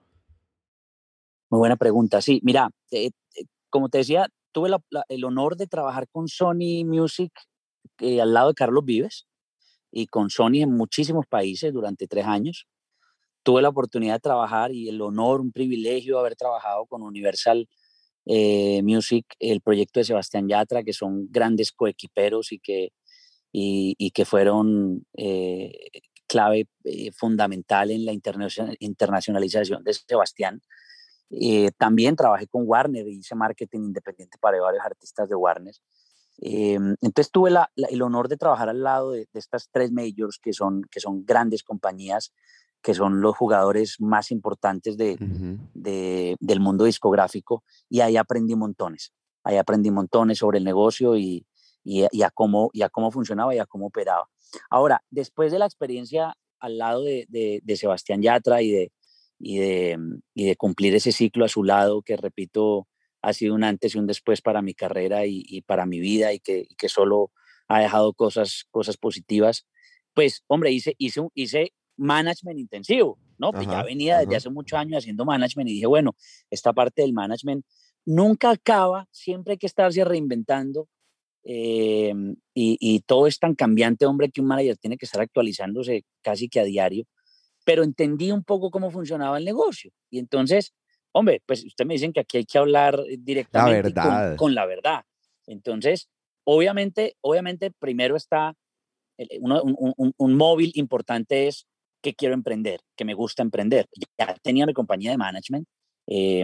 Speaker 3: Muy buena pregunta. Sí, mira, eh, eh, como te decía, tuve la, la, el honor de trabajar con Sony Music eh, al lado de Carlos Vives, y con Sony en muchísimos países durante tres años. Tuve la oportunidad de trabajar, y el honor, un privilegio haber trabajado con Universal eh, Music, el proyecto de Sebastián Yatra, que son grandes coequiperos, y que, y, y que fueron eh, clave eh, fundamental en la internacionalización de Sebastián. Eh, también trabajé con Warner y hice marketing independiente para varios artistas de Warner. Eh, entonces tuve la, la, el honor de trabajar al lado de, de estas tres majors, que son, que son grandes compañías, que son los jugadores más importantes de,
Speaker 1: Uh-huh.
Speaker 3: de, del mundo discográfico, y ahí aprendí montones. Ahí aprendí montones sobre el negocio, y, y, y, a cómo, y a cómo funcionaba y a cómo operaba. Ahora, después de la experiencia al lado de, de, de Sebastián Yatra, y de, y, de, y de cumplir ese ciclo a su lado, que repito, ha sido un antes y un después para mi carrera y, y para mi vida, y que, y que solo ha dejado cosas, cosas positivas, pues, hombre, hice, hice, hice management intensivo, ¿no? Pues ya
Speaker 1: Ajá,
Speaker 3: venía desde
Speaker 1: ajá.
Speaker 3: hace muchos años haciendo management, y dije, bueno, esta parte del management nunca acaba, siempre hay que estarse reinventando, eh, y, y todo es tan cambiante, hombre, que un manager tiene que estar actualizándose casi que a diario, pero entendí un poco cómo funcionaba el negocio. Y entonces, hombre, pues usted me dicen que aquí hay que hablar
Speaker 1: La
Speaker 3: directamente y con,
Speaker 1: verdad.
Speaker 3: con la verdad. Entonces, obviamente, obviamente primero está uno, un, un, un móvil importante, es que quiero emprender, que me gusta emprender. Ya tenía mi compañía de management, eh,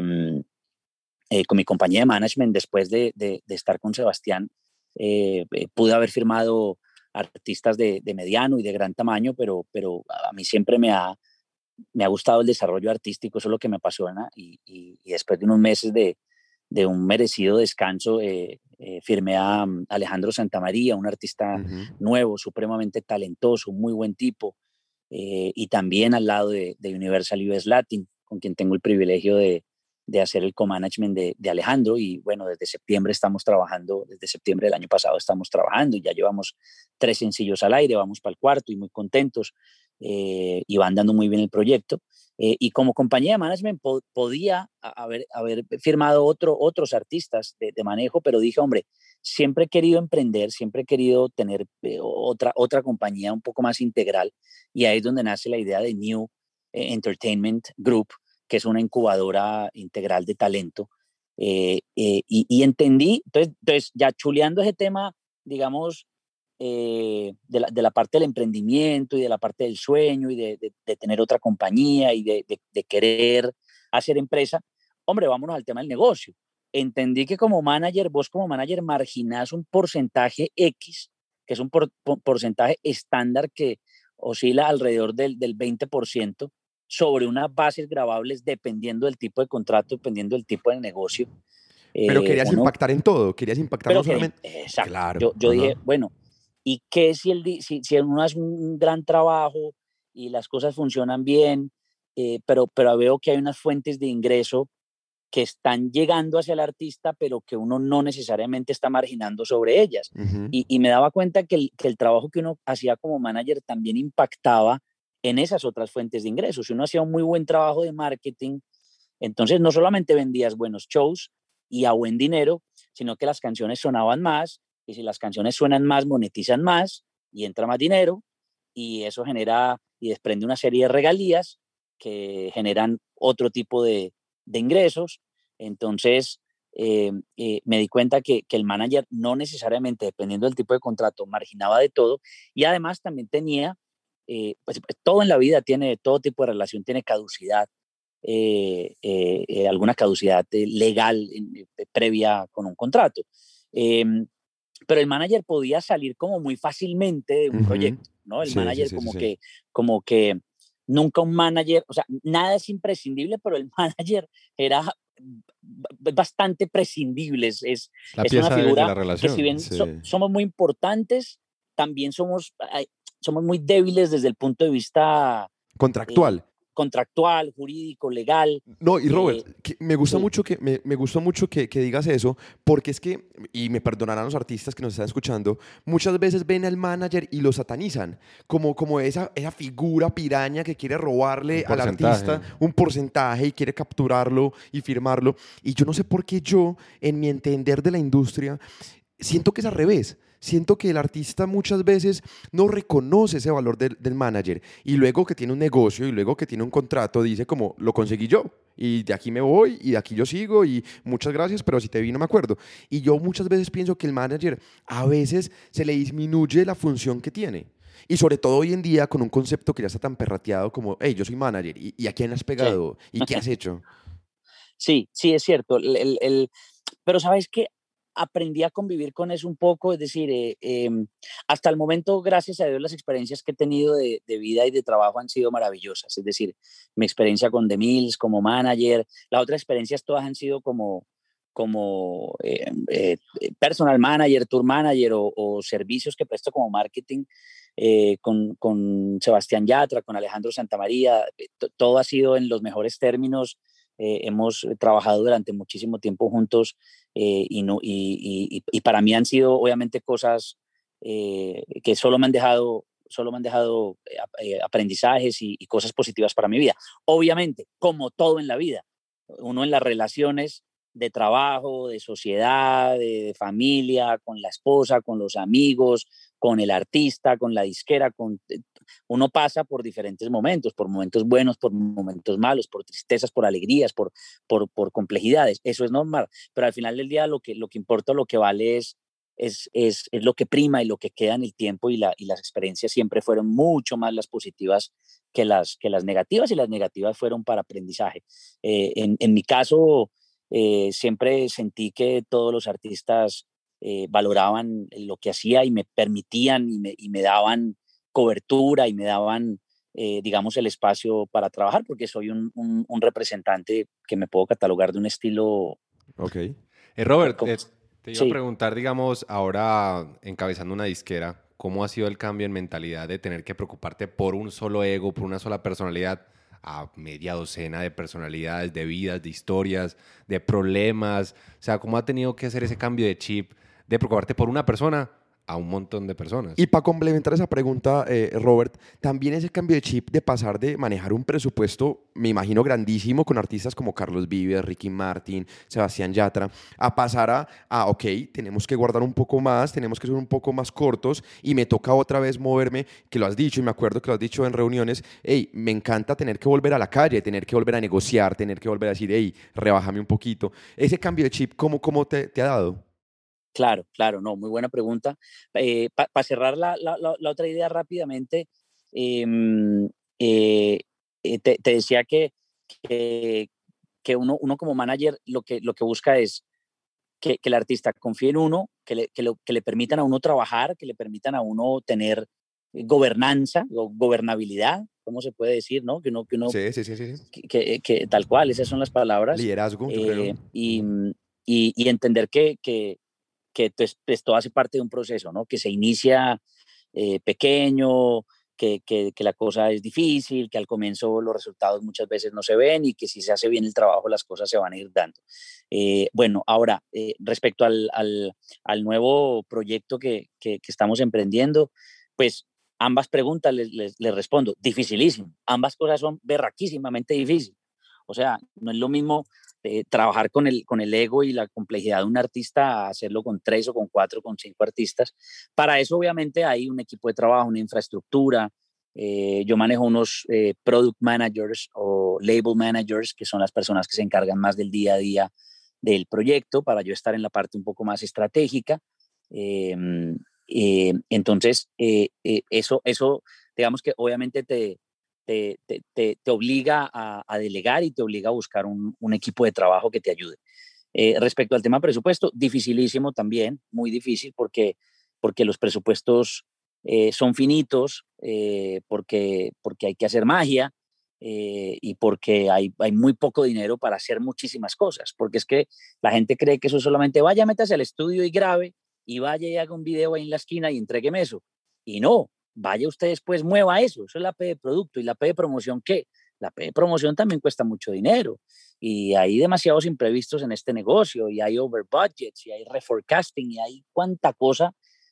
Speaker 3: eh, con mi compañía de management, después de, de, de estar con Sebastián, eh, eh, pude haber firmado artistas de, de mediano y de gran tamaño, pero, pero a mí siempre me ha, me ha gustado el desarrollo artístico, eso es lo que me apasiona, y, y, y después de unos meses de, de un merecido descanso, eh, eh, firmé a um, Alejandro Santamaría, un artista
Speaker 1: Uh-huh.
Speaker 3: nuevo, supremamente talentoso, muy buen tipo, eh, y también al lado de, de Universal U S Latin, con quien tengo el privilegio de, de hacer el co-management de, de Alejandro. Y bueno, desde septiembre estamos trabajando, desde septiembre del año pasado estamos trabajando, y ya llevamos tres sencillos al aire, vamos para el cuarto y muy contentos, eh, y va andando muy bien el proyecto. Eh, y como compañía de management po podía haber, haber firmado otro, otros artistas de, de manejo, pero dije, hombre, siempre he querido emprender, siempre he querido tener eh, otra, otra compañía un poco más integral, y ahí es donde nace la idea de New Entertainment Group, que es una incubadora integral de talento. Eh, eh, y, y entendí, entonces, entonces, ya chuleando ese tema, digamos, eh, de, la, de la parte del emprendimiento y de la parte del sueño, y de, de, de tener otra compañía, y de, de, de querer hacer empresa, hombre, vámonos al tema del negocio. Entendí que como manager, vos como manager marginás un porcentaje X, que es un por, por, porcentaje estándar que oscila alrededor del, del veinte por ciento, sobre unas bases grabables dependiendo del tipo de contrato, dependiendo del tipo de negocio.
Speaker 1: Pero
Speaker 3: Eh,
Speaker 1: querías
Speaker 3: uno,
Speaker 1: impactar en todo, querías impactar no
Speaker 3: pero que,
Speaker 1: solamente...
Speaker 3: exacto,
Speaker 1: Claro,
Speaker 3: yo, yo
Speaker 1: ajá.
Speaker 3: dije, bueno, ¿y qué si, el, si, si uno hace un gran trabajo y las cosas funcionan bien, eh, pero, pero veo que hay unas fuentes de ingreso que están llegando hacia el artista, pero que uno no necesariamente está marginando sobre ellas?
Speaker 1: Uh-huh.
Speaker 3: Y, y me daba cuenta que el, que el trabajo que uno hacía como manager también impactaba en esas otras fuentes de ingresos. Si uno hacía un muy buen trabajo de marketing, entonces no solamente vendías buenos shows y a buen dinero, sino que las canciones sonaban más, y si las canciones suenan más, monetizan más y entra más dinero, y eso genera y desprende una serie de regalías que generan otro tipo de, de ingresos. Entonces, eh, eh, me di cuenta que, que el manager no necesariamente, dependiendo del tipo de contrato, marginaba de todo, y además también tenía, eh, pues, todo en la vida tiene, todo tipo de relación tiene caducidad, eh, eh, eh, alguna caducidad legal eh, previa con un contrato. Eh, pero el manager podía salir como muy fácilmente de un
Speaker 1: Uh-huh.
Speaker 3: proyecto, ¿no? El
Speaker 1: Sí, sí,
Speaker 3: manager
Speaker 1: sí, sí,
Speaker 3: como
Speaker 1: sí.
Speaker 3: que, como que nunca un manager, o sea, nada es imprescindible, pero el manager era bastante prescindible. Es, es,
Speaker 2: La
Speaker 3: es una
Speaker 2: pieza de, de la
Speaker 3: figura que si
Speaker 2: relación.
Speaker 3: bien so,
Speaker 1: Sí.
Speaker 3: somos muy importantes, también somos, somos muy débiles desde el punto de vista eh,
Speaker 1: Contractual.
Speaker 3: contractual, jurídico, legal.
Speaker 1: No, y Robert,
Speaker 3: Eh,
Speaker 1: que me gusta
Speaker 3: sí,
Speaker 1: mucho, que, me, me gustó mucho que, que digas eso, porque es que, y me perdonarán los artistas que nos están escuchando, muchas veces ven al manager y lo satanizan, como, como esa, esa figura piraña que quiere
Speaker 2: Un
Speaker 1: robarle al
Speaker 2: porcentaje.
Speaker 1: artista un porcentaje y quiere capturarlo y firmarlo. Y yo no sé por qué yo, en mi entender de la industria, siento que es al revés. Siento que el artista muchas veces no reconoce ese valor del, del manager, y luego que tiene un negocio y luego que tiene un contrato dice como, lo conseguí yo y de aquí me voy y de aquí yo sigo y muchas gracias, pero si te vi no me acuerdo. Y yo muchas veces pienso que el manager a veces se le disminuye la función que tiene. Y sobre todo hoy en día con un concepto que ya está tan perrateado como, hey, yo soy manager, ¿y, y a quién has
Speaker 3: sí.
Speaker 1: pegado? ¿Y qué has hecho?
Speaker 3: Sí, sí, es cierto. El, el, el, pero sabes que aprendí a convivir con eso un poco, es decir, eh, eh, hasta el momento, gracias a Dios, las experiencias que he tenido de, de, vida y de trabajo han sido maravillosas. Es decir, mi experiencia con The Mills como manager, las otras experiencias todas han sido como, como eh, eh, personal manager, tour manager o, o servicios que presto como marketing. Eh, con, con Sebastián Yatra, con Alejandro Santamaría, todo ha sido en los mejores términos. Eh, hemos trabajado durante muchísimo tiempo juntos, eh, y, no, y, y, y, para mí han sido obviamente cosas eh, que solo me han dejado, solo me han dejado eh, aprendizajes y, y cosas positivas para mi vida. Obviamente, como todo en la vida, uno en las relaciones de trabajo, de sociedad, de, de familia, con la esposa, con los amigos, con el artista, con la disquera, con uno pasa por diferentes momentos, por momentos buenos, por momentos malos, por tristezas, por alegrías, por, por, por complejidades. Eso es normal, pero al final del día lo que, lo que importa, lo que vale es, es, es, es lo que prima y lo que queda en el tiempo, y, la, y las experiencias siempre fueron mucho más las positivas que las, que las negativas, y las negativas fueron para aprendizaje. Eh, en, en mi caso, eh, siempre sentí que todos los artistas eh, valoraban lo que hacía y me permitían y me, y me daban cobertura y me daban, eh, digamos, el espacio para trabajar, porque soy un, un, un, representante que me puedo catalogar de un estilo.
Speaker 1: Ok.
Speaker 2: Eh, Robert, eh, te iba a
Speaker 3: sí.
Speaker 2: preguntar, digamos, ahora encabezando una disquera, ¿cómo ha sido el cambio en mentalidad de tener que preocuparte por un solo ego, por una sola personalidad, a media docena de personalidades, de vidas, de historias, de problemas? O sea, ¿cómo ha tenido que hacer ese cambio de chip de preocuparte por una persona a un montón de personas?
Speaker 1: Y para complementar esa pregunta, eh, Robert, también ese cambio de chip de pasar de manejar un presupuesto, me imagino, grandísimo con artistas como Carlos Vives, Ricky Martin, Sebastián Yatra, a pasar a, a, ok, tenemos que guardar un poco más, tenemos que ser un poco más cortos, y me toca otra vez moverme, que lo has dicho, y me acuerdo que lo has dicho en reuniones, hey, me encanta tener que volver a la calle, tener que volver a negociar, tener que volver a decir, hey, rebájame un poquito. Ese cambio de chip, ¿cómo, cómo te, te ha dado?
Speaker 3: Claro, claro, no, muy buena pregunta. Eh, Para pa cerrar la, la, la, otra idea rápidamente, eh, eh, te, te, decía que, que, que uno, uno como manager lo que, lo que busca es que, que el artista confíe en uno, que le, que, lo, que le permitan a uno trabajar, que le permitan a uno tener gobernanza o gobernabilidad, ¿cómo se puede decir? ¿No? Que uno, que uno
Speaker 1: Sí, sí, sí, sí.
Speaker 3: que, que, que tal cual, esas son las palabras.
Speaker 1: Liderazgo, yo
Speaker 3: eh,
Speaker 1: creo.
Speaker 3: y, y, y entender que, que, que pues, esto hace parte de un proceso, ¿no? Que se inicia eh, pequeño, que, que, que la cosa es difícil, que al comienzo los resultados muchas veces no se ven y que si se hace bien el trabajo las cosas se van a ir dando. Eh, bueno, ahora, eh, respecto al, al, al, nuevo proyecto que, que, que estamos emprendiendo, pues ambas preguntas les, les, les respondo, dificilísimo. Ambas cosas son berraquísimamente difíciles. O sea, no es lo mismo eh, trabajar con el, con el ego y la complejidad de un artista a hacerlo con tres o con cuatro, con cinco artistas. Para eso, obviamente, hay un equipo de trabajo, una infraestructura. Eh, yo manejo unos eh, product managers o label managers, que son las personas que se encargan más del día a día del proyecto, para yo estar en la parte un poco más estratégica. Eh, eh, entonces, eh, eh, eso, eso, digamos que obviamente te, te, te, te, te obliga a, a, delegar y te obliga a buscar un, un equipo de trabajo que te ayude. Eh, respecto al tema presupuesto, dificilísimo también, muy difícil porque, porque los presupuestos eh, son finitos, eh, porque, porque hay que hacer magia eh, y porque hay, hay muy poco dinero para hacer muchísimas cosas, porque es que la gente cree que eso solamente vaya, métase al estudio y grabe y vaya y haga un video ahí en la esquina y entrégueme eso. Y no, vaya usted después, mueva eso, eso es la P de producto. ¿Y la P de promoción qué? La P de promoción también cuesta mucho dinero y hay demasiados imprevistos en este negocio y hay over budgets y hay reforecasting y hay cuánta cosa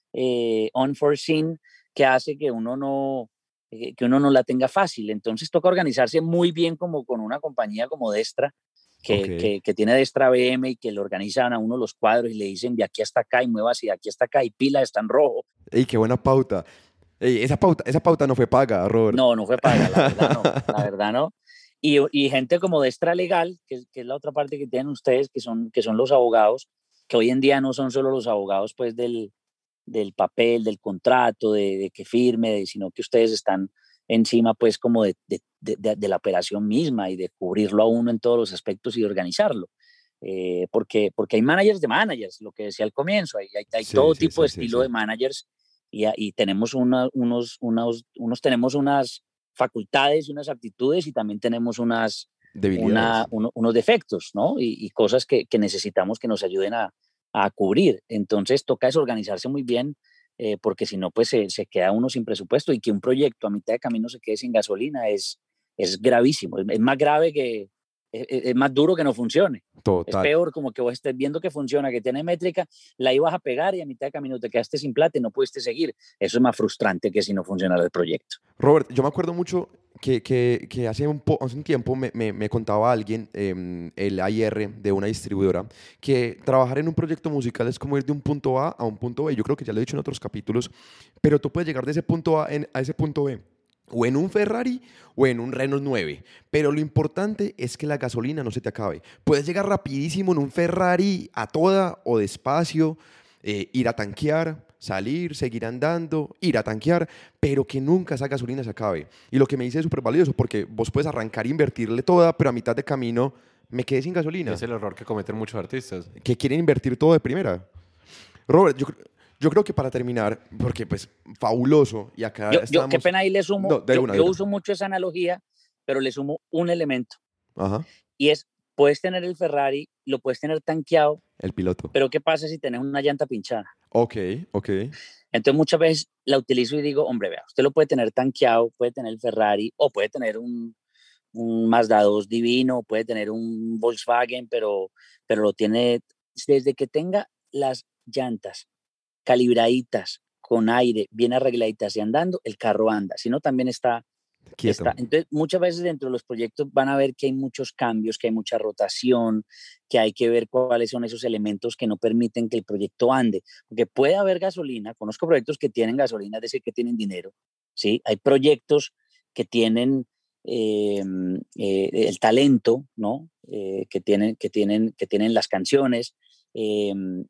Speaker 3: eh, unforeseen que hace que uno no eh, que uno no la tenga fácil. Entonces toca organizarse muy bien como con una compañía como Destra, que, okay. que, que tiene Destra B M y que le organizan a uno los cuadros y le dicen de aquí hasta acá y muevas y de aquí hasta acá y pila está en rojo.
Speaker 1: ¡Ey, qué buena pauta! Ey, esa pauta! Esa pauta no fue paga, Robert.
Speaker 3: No, no fue paga, la verdad no, la verdad no. Y, y gente como Destra Legal, que, que es la otra parte que tienen ustedes, que son, que son los abogados, que hoy en día no son solo los abogados pues del, del papel, del contrato, de, de que firme, de, sino que ustedes están encima pues como de, de, de, de la operación misma y de cubrirlo a uno en todos los aspectos y de organizarlo. Eh, porque, porque hay managers de managers, lo que decía al comienzo, hay, hay, hay sí, todo sí, tipo sí, de estilo sí, de managers y, y tenemos una, unos, unos, unos, tenemos unas facultades y unas aptitudes y también tenemos unas, una, uno, unos defectos, ¿no? Y, y cosas que, que necesitamos que nos ayuden a, a cubrir. Entonces toca es organizarse muy bien eh, porque si no, pues se, se queda uno sin presupuesto y que un proyecto a mitad de camino se quede sin gasolina es, es gravísimo. Es, es más grave que, es, es más duro que no funcione. Total. Es peor como que vos estés viendo que funciona, que tiene métrica, la ibas a pegar y a mitad de camino te quedaste sin plata y no pudiste seguir. Eso es más frustrante que si no funcionara el proyecto.
Speaker 1: Robert, yo me acuerdo mucho que, que, que hace, un po, hace un tiempo me, me, me contaba alguien, eh, el A I R de una distribuidora, que trabajar en un proyecto musical es como ir de un punto A a un punto B. Yo creo que ya lo he dicho en otros capítulos, pero tú puedes llegar de ese punto A en, a ese punto B. O en un Ferrari o en un Renault nueve. Pero lo importante es que la gasolina no se te acabe. Puedes llegar rapidísimo en un Ferrari a toda o despacio, eh, ir a tanquear, salir, seguir andando, ir a tanquear, pero que nunca esa gasolina se acabe. Y lo que me dice es súper valioso porque vos puedes arrancar e invertirle toda, pero a mitad de camino me quedé sin gasolina.
Speaker 2: Es el error que cometen muchos artistas.
Speaker 1: Que quieren invertir todo de primera. Robert, yo creo... Yo creo que para terminar, porque pues fabuloso y acá
Speaker 3: yo,
Speaker 1: estamos...
Speaker 3: Yo, qué pena ahí le sumo, no, yo,
Speaker 1: una,
Speaker 3: yo uso mucho esa analogía, pero le sumo un elemento.
Speaker 1: Ajá.
Speaker 3: Y es, puedes tener el Ferrari, lo puedes tener tanqueado.
Speaker 1: El piloto.
Speaker 3: Pero ¿qué pasa si tenés una llanta pinchada?
Speaker 1: Ok, ok.
Speaker 3: Entonces muchas veces la utilizo y digo, hombre, vea, usted lo puede tener tanqueado, puede tener el Ferrari o puede tener un, un Mazda dos divino, puede tener un Volkswagen, pero, pero lo tiene desde que tenga las llantas calibraditas, con aire, bien arregladitas y andando, el carro anda, si no también está quieto. Está. Entonces, muchas veces dentro de los proyectos van a ver que hay muchos cambios, que hay mucha rotación, que hay que ver cuáles son esos elementos que no permiten que el proyecto ande, porque puede haber gasolina, conozco proyectos que tienen gasolina, es decir, que tienen dinero, ¿sí? Hay proyectos que tienen eh, eh, el talento, ¿no? Eh, que, tienen, que, tienen, que tienen las canciones, eh,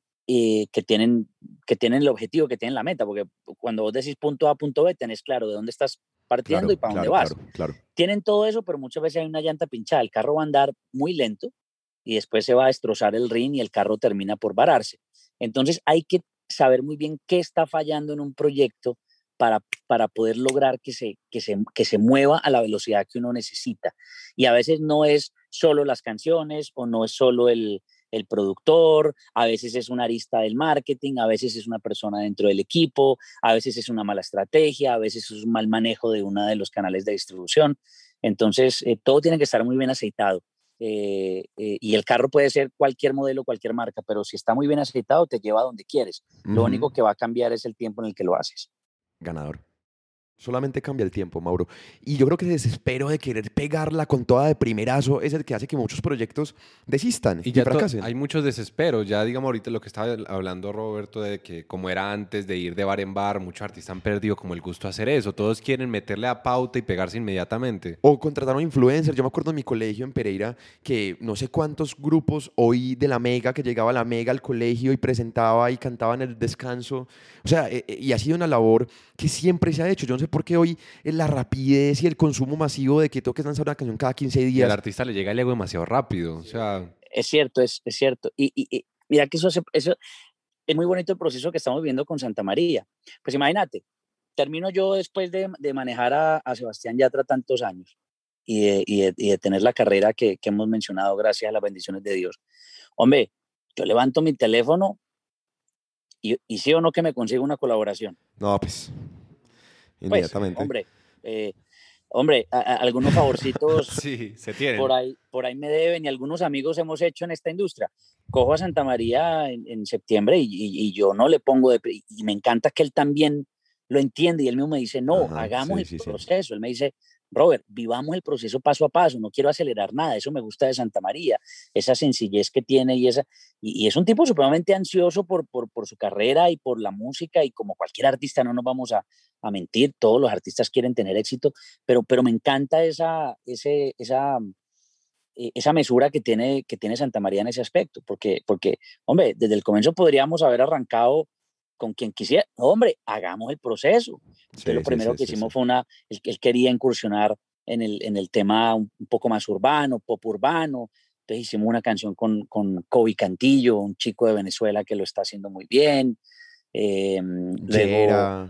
Speaker 3: Eh, que, tienen, que tienen el objetivo, que tienen la meta, porque cuando vos decís punto A, punto B, tenés claro de dónde estás partiendo
Speaker 1: claro,
Speaker 3: y para
Speaker 1: claro,
Speaker 3: dónde vas.
Speaker 1: Claro, claro.
Speaker 3: Tienen todo eso, pero muchas veces hay una llanta pinchada, el carro va a andar muy lento y después se va a destrozar el rin y el carro termina por vararse. Entonces hay que saber muy bien qué está fallando en un proyecto para, para poder lograr que se, que, se, que se mueva a la velocidad que uno necesita. Y a veces no es solo las canciones o no es solo el, el productor, a veces es una arista del marketing, a veces es una persona dentro del equipo, a veces es una mala estrategia, a veces es un mal manejo de uno de los canales de distribución. Entonces, eh, todo tiene que estar muy bien aceitado. Eh, eh, y el carro puede ser cualquier modelo, cualquier marca, pero si está muy bien aceitado, te lleva a donde quieres. Uh-huh. Lo único que va a cambiar es el tiempo en el que lo haces.
Speaker 1: Ganador. Solamente cambia el tiempo, Mauro. Y yo creo que el desespero de querer pegarla con toda de primerazo es el que hace que muchos proyectos desistan y, y ya fracasen.
Speaker 2: Hay muchos desesperos. Ya, digamos, ahorita lo que estaba hablando Roberto, de que como era antes de ir de bar en bar, muchos artistas han perdido como el gusto de hacer eso. Todos quieren meterle a pauta y pegarse inmediatamente.
Speaker 1: O contratar a un influencer. Yo me acuerdo en mi colegio en Pereira que no sé cuántos grupos oí de la Mega, que llegaba la Mega al colegio y presentaba y cantaba en el descanso. O sea, y ha sido una labor que siempre se ha hecho. Yo no sé por qué hoy es la rapidez y el consumo masivo de que tengo que lanzar una canción cada quince días.
Speaker 2: Y al artista le llega el ego demasiado rápido. O sea...
Speaker 3: Es cierto, es, es cierto. Y, y, y mira que eso, eso es muy bonito el proceso que estamos viendo con Santa María. Pues imagínate, termino yo después de, de manejar a, a Sebastián Yatra tantos años y de, y de, y de tener la carrera que, que hemos mencionado gracias a las bendiciones de Dios. Hombre, yo levanto mi teléfono y, y sí o no que me consigo una colaboración.
Speaker 1: No, pues... Inmediatamente.
Speaker 3: Pues, hombre, eh, hombre, a, a, algunos favorcitos
Speaker 2: sí, se tienen.
Speaker 3: Por ahí, por ahí me deben y algunos amigos hemos hecho en esta industria. Cojo a Santa María en, en septiembre y, y, y yo no le pongo de... Y me encanta que él también lo entiende y él mismo me dice, no, Ajá, hagamos sí, el sí, proceso. Sí. Él me dice, Robert, vivamos el proceso paso a paso, no quiero acelerar nada, eso me gusta de Santa María, esa sencillez que tiene y esa... Y, y es un tipo supremamente ansioso por, por, por su carrera y por la música y como cualquier artista, no nos vamos a, a mentir, todos los artistas quieren tener éxito, pero, pero me encanta esa, ese, esa, esa mesura que tiene, que tiene Santa María en ese aspecto, porque, porque, hombre, desde el comienzo podríamos haber arrancado con quien quisiera, no, hombre, hagamos el proceso. Entonces, sí, lo primero sí, sí, que hicimos sí, fue una, él, él quería incursionar en el, en el tema un, un poco más urbano, pop urbano, entonces hicimos una canción con, con Kobe Cantillo, un chico de Venezuela que lo está haciendo muy bien, eh, luego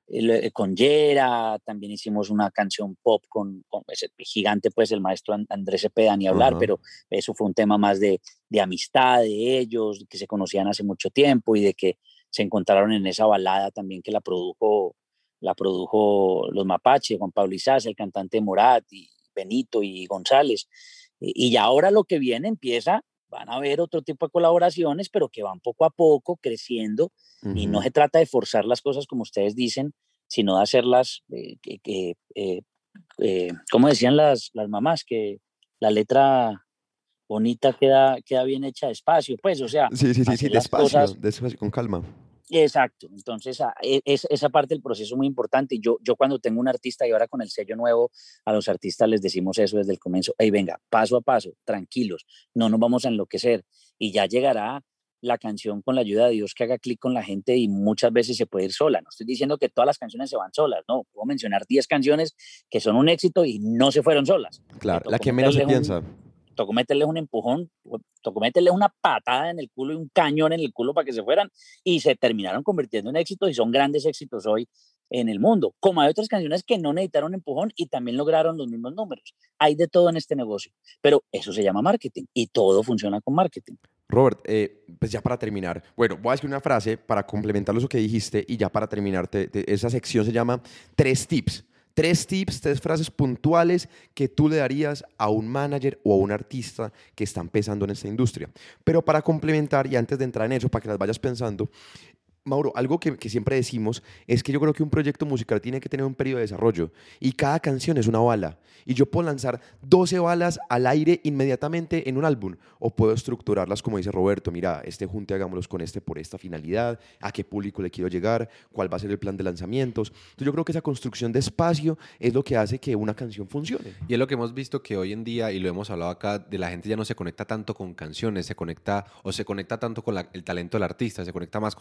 Speaker 3: con Yera, también hicimos una canción pop con, con ese gigante, pues el maestro Andrés Cepeda, ni hablar, uh-huh. Pero eso fue un tema más de, de amistad de ellos, que se conocían hace mucho tiempo y de que se encontraron en esa balada también que la produjo, la produjo los Mapache, Juan Pablo Izaza, el cantante Morat, y Benito y González. Y, y ahora lo que viene empieza, van a haber otro tipo de colaboraciones, pero que van poco a poco creciendo. Uh-huh. Y no se trata de forzar las cosas como ustedes dicen, sino de hacerlas, eh, que, que, eh, eh, como decían las, las mamás, que la letra bonita queda, queda bien hecha despacio, pues, o sea.
Speaker 1: Sí, sí, sí, sí despacio, cosas... despacio, con calma.
Speaker 3: Exacto, entonces es, esa parte del proceso es muy importante. Yo, yo cuando tengo un artista y ahora con el sello nuevo, a los artistas les decimos eso desde el comienzo, hey, venga, paso a paso, tranquilos, no nos vamos a enloquecer y ya llegará la canción con la ayuda de Dios que haga clic con la gente y muchas veces se puede ir sola. No estoy diciendo que todas las canciones se van solas, no, puedo mencionar diez canciones que son un éxito y no se fueron solas.
Speaker 1: Claro, la que menos se piensa.
Speaker 3: Un, tocó meterles un empujón, tocó meterles una patada en el culo y un cañón en el culo para que se fueran y se terminaron convirtiendo en éxitos y son grandes éxitos hoy en el mundo, como hay otras canciones que no necesitaron empujón y también lograron los mismos números. Hay de todo en este negocio, pero eso se llama marketing y todo funciona con marketing.
Speaker 1: Robert, eh, pues ya para terminar, bueno, voy a decir una frase para complementar eso que dijiste y ya para terminar, te, te, esa sección se llama Tres Tips. Tres tips, tres frases puntuales que tú le darías a un manager o a un artista que está empezando en esta industria. Pero para complementar y antes de entrar en eso, para que las vayas pensando, Mauro, algo que, que siempre decimos es que yo creo que un proyecto musical tiene que tener un periodo de desarrollo y cada canción es una bala y yo puedo lanzar doce balas al aire inmediatamente en un álbum o puedo estructurarlas como dice Roberto, mira, este junte hagámoslos con este por esta finalidad, a qué público le quiero llegar, cuál va a ser el plan de lanzamientos. Entonces yo creo que esa construcción de espacio es lo que hace que una canción funcione.
Speaker 2: Y es lo que hemos visto que hoy en día, y lo hemos hablado acá, de la gente ya no se conecta tanto con canciones, se conecta o se conecta tanto con la, el talento del artista, se conecta más con la personalidad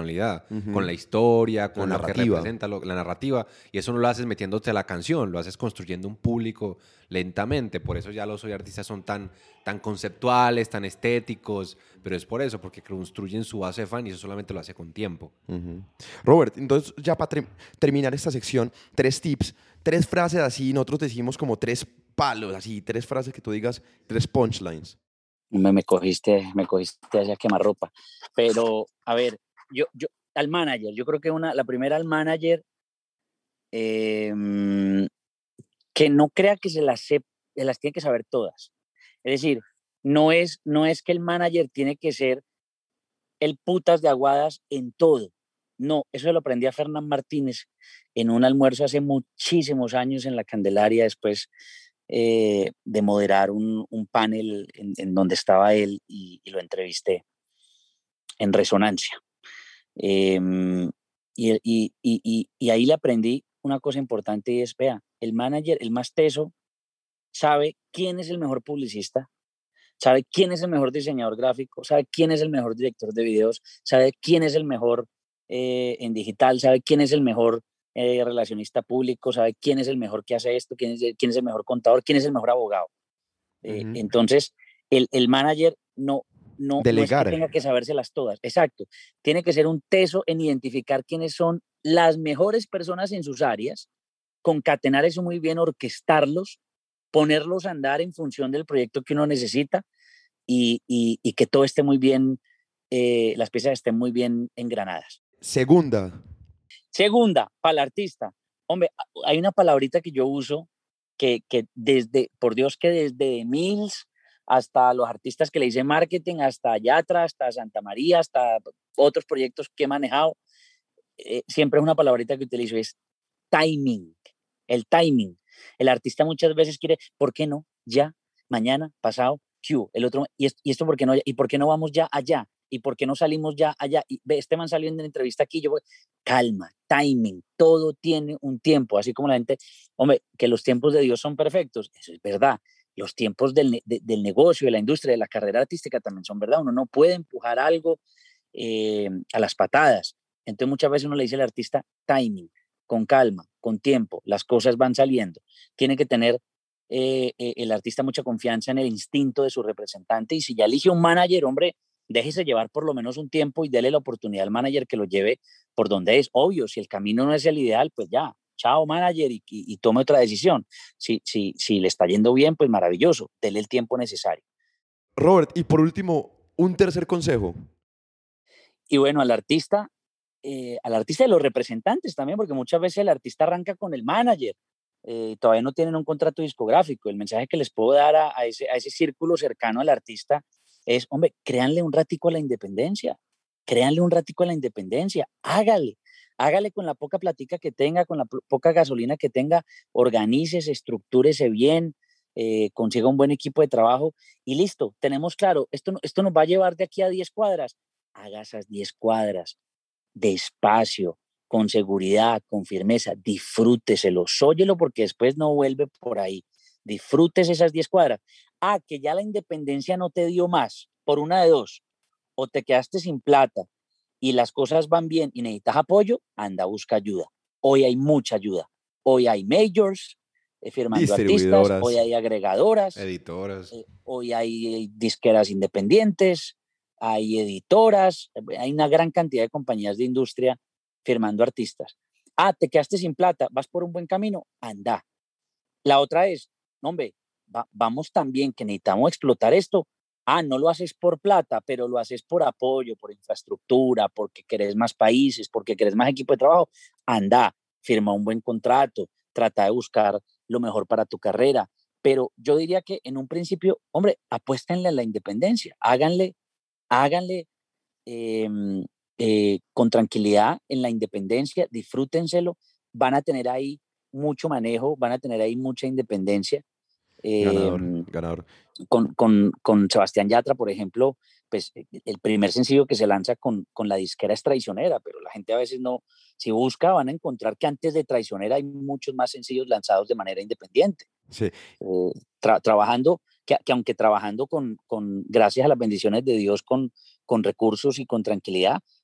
Speaker 2: personalidad,
Speaker 1: Ujú.
Speaker 2: con la historia, con
Speaker 1: La
Speaker 2: lo que
Speaker 1: narrativa.
Speaker 2: representa, lo- la narrativa. Y eso no lo haces metiéndote a la canción, lo haces construyendo un público lentamente. Por eso ya los hoy artistas son tan, tan conceptuales, tan estéticos. Pero es por eso, porque construyen su base de fan y eso solamente lo hace con tiempo.
Speaker 1: Ujú. Robert, entonces ya para terminar esta sección, tres tips, tres frases así, nosotros decimos como tres palos, así, tres frases que tú digas, tres punchlines.
Speaker 3: Me, me cogiste, me cogiste hacia quemarropa. Pero, a ver, yo, yo, al manager, yo creo que una, la primera al manager, eh, que no crea que se las, se las tiene que saber todas. Es decir, no es, no es que el manager tiene que ser el putas de aguadas en todo. No, eso lo aprendí a Fernán Martínez en un almuerzo hace muchísimos años en la Candelaria, después eh, de moderar un, un panel en, en, donde estaba él y, y, lo entrevisté en Resonancia. Eh, y, y, y, y ahí le aprendí una cosa importante y es, vea, el manager, el más teso, sabe quién es el mejor publicista, sabe quién es el mejor diseñador gráfico, sabe quién es el mejor director de videos, sabe quién es el mejor eh, en digital, sabe quién es el mejor eh, relacionista público, sabe quién es el mejor que hace esto, quién es, quién es el mejor contador, quién es el mejor abogado. Eh, uh-huh. Entonces, el, el manager no, no, no es que tenga que sabérselas todas, exacto, tiene que ser un teso en identificar quiénes son las mejores personas en sus áreas, concatenar eso muy bien, orquestarlos, ponerlos a andar en función del proyecto que uno necesita y, y, y que todo esté muy bien, eh, las piezas estén muy bien engranadas.
Speaker 1: Segunda.
Speaker 3: Segunda, para el artista. Hombre, hay una palabrita que yo uso que, que desde, por Dios, que desde Mills hasta los artistas que le hice marketing, hasta Yatra, hasta Santa María, hasta otros proyectos que he manejado, eh, siempre es una palabrita que utilizo, es timing, el timing. El artista muchas veces quiere, ¿por qué no? Ya, mañana, pasado, Q, el otro, y esto, y esto ¿por qué no? ¿Y por qué no vamos ya allá? ¿Y por qué no salimos ya allá? Y ve, este man salió en la entrevista aquí, yo voy, calma, timing, todo tiene un tiempo, así como la gente, hombre, que los tiempos de Dios son perfectos, eso es verdad. Los tiempos del, de, del negocio, de la industria, de la carrera artística también son verdad. Uno no puede empujar algo eh, a las patadas. Entonces muchas veces uno le dice al artista timing, con calma, con tiempo, las cosas van saliendo. Tiene que tener eh, eh, el artista mucha confianza en el instinto de su representante y si ya elige un manager, hombre, déjese llevar por lo menos un tiempo y déle la oportunidad al manager que lo lleve por donde es. Obvio, si el camino no es el ideal, pues ya, chao manager y, y, y tome otra decisión. Si, si, si le está yendo bien, pues maravilloso, déle el tiempo necesario.
Speaker 1: Robert, y por último, un tercer consejo.
Speaker 3: Y bueno, al artista, eh, al artista y a los representantes también, porque muchas veces el artista arranca con el manager, eh, todavía no tienen un contrato discográfico. El mensaje que les puedo dar a, a, ese, a ese círculo cercano al artista es, hombre, créanle un ratico a la independencia, créanle un ratico a la independencia, hágale, hágale con la poca platica que tenga, con la poca gasolina que tenga, organícese, estructúrese bien, eh, consiga un buen equipo de trabajo y listo, tenemos claro, esto, esto nos va a llevar de aquí a diez cuadras, haga esas diez cuadras, despacio, con seguridad, con firmeza, disfrúteselo, sóyelo porque después no vuelve por ahí. Disfrútese esas diez cuadras. Ah, que ya la independencia no te dio más, por una de dos, o te quedaste sin plata y las cosas van bien y necesitas apoyo, anda, busca ayuda. Hoy hay mucha ayuda. Hoy hay majors eh, firmando artistas, hoy hay agregadoras,
Speaker 2: editoras,
Speaker 3: eh, hoy hay disqueras independientes, hay editoras, hay una gran cantidad de compañías de industria firmando artistas. Ah, te quedaste sin plata, vas por un buen camino, anda. La otra es, hombre, va, vamos también que necesitamos explotar esto. Ah, no lo haces por plata, pero lo haces por apoyo, por infraestructura, porque querés más países, porque querés más equipo de trabajo. Anda, firma un buen contrato, trata de buscar lo mejor para tu carrera. Pero yo diría que en un principio, hombre, apuéstenle a la independencia, háganle, háganle eh, eh, con tranquilidad en la independencia, disfrútenselo, van a tener ahí mucho manejo, van a tener ahí mucha independencia. Eh,
Speaker 1: ganador, ganador.
Speaker 3: Con, con, con Sebastián Yatra, por ejemplo, pues el primer sencillo que se lanza con, con la disquera es Traicionera, pero la gente a veces no, si busca van a encontrar que antes de Traicionera hay muchos más sencillos lanzados de manera independiente.
Speaker 1: Sí.
Speaker 3: Eh, tra trabajando, que, que aunque trabajando con, con, gracias a las bendiciones de Dios, con, con recursos y con tranquilidad,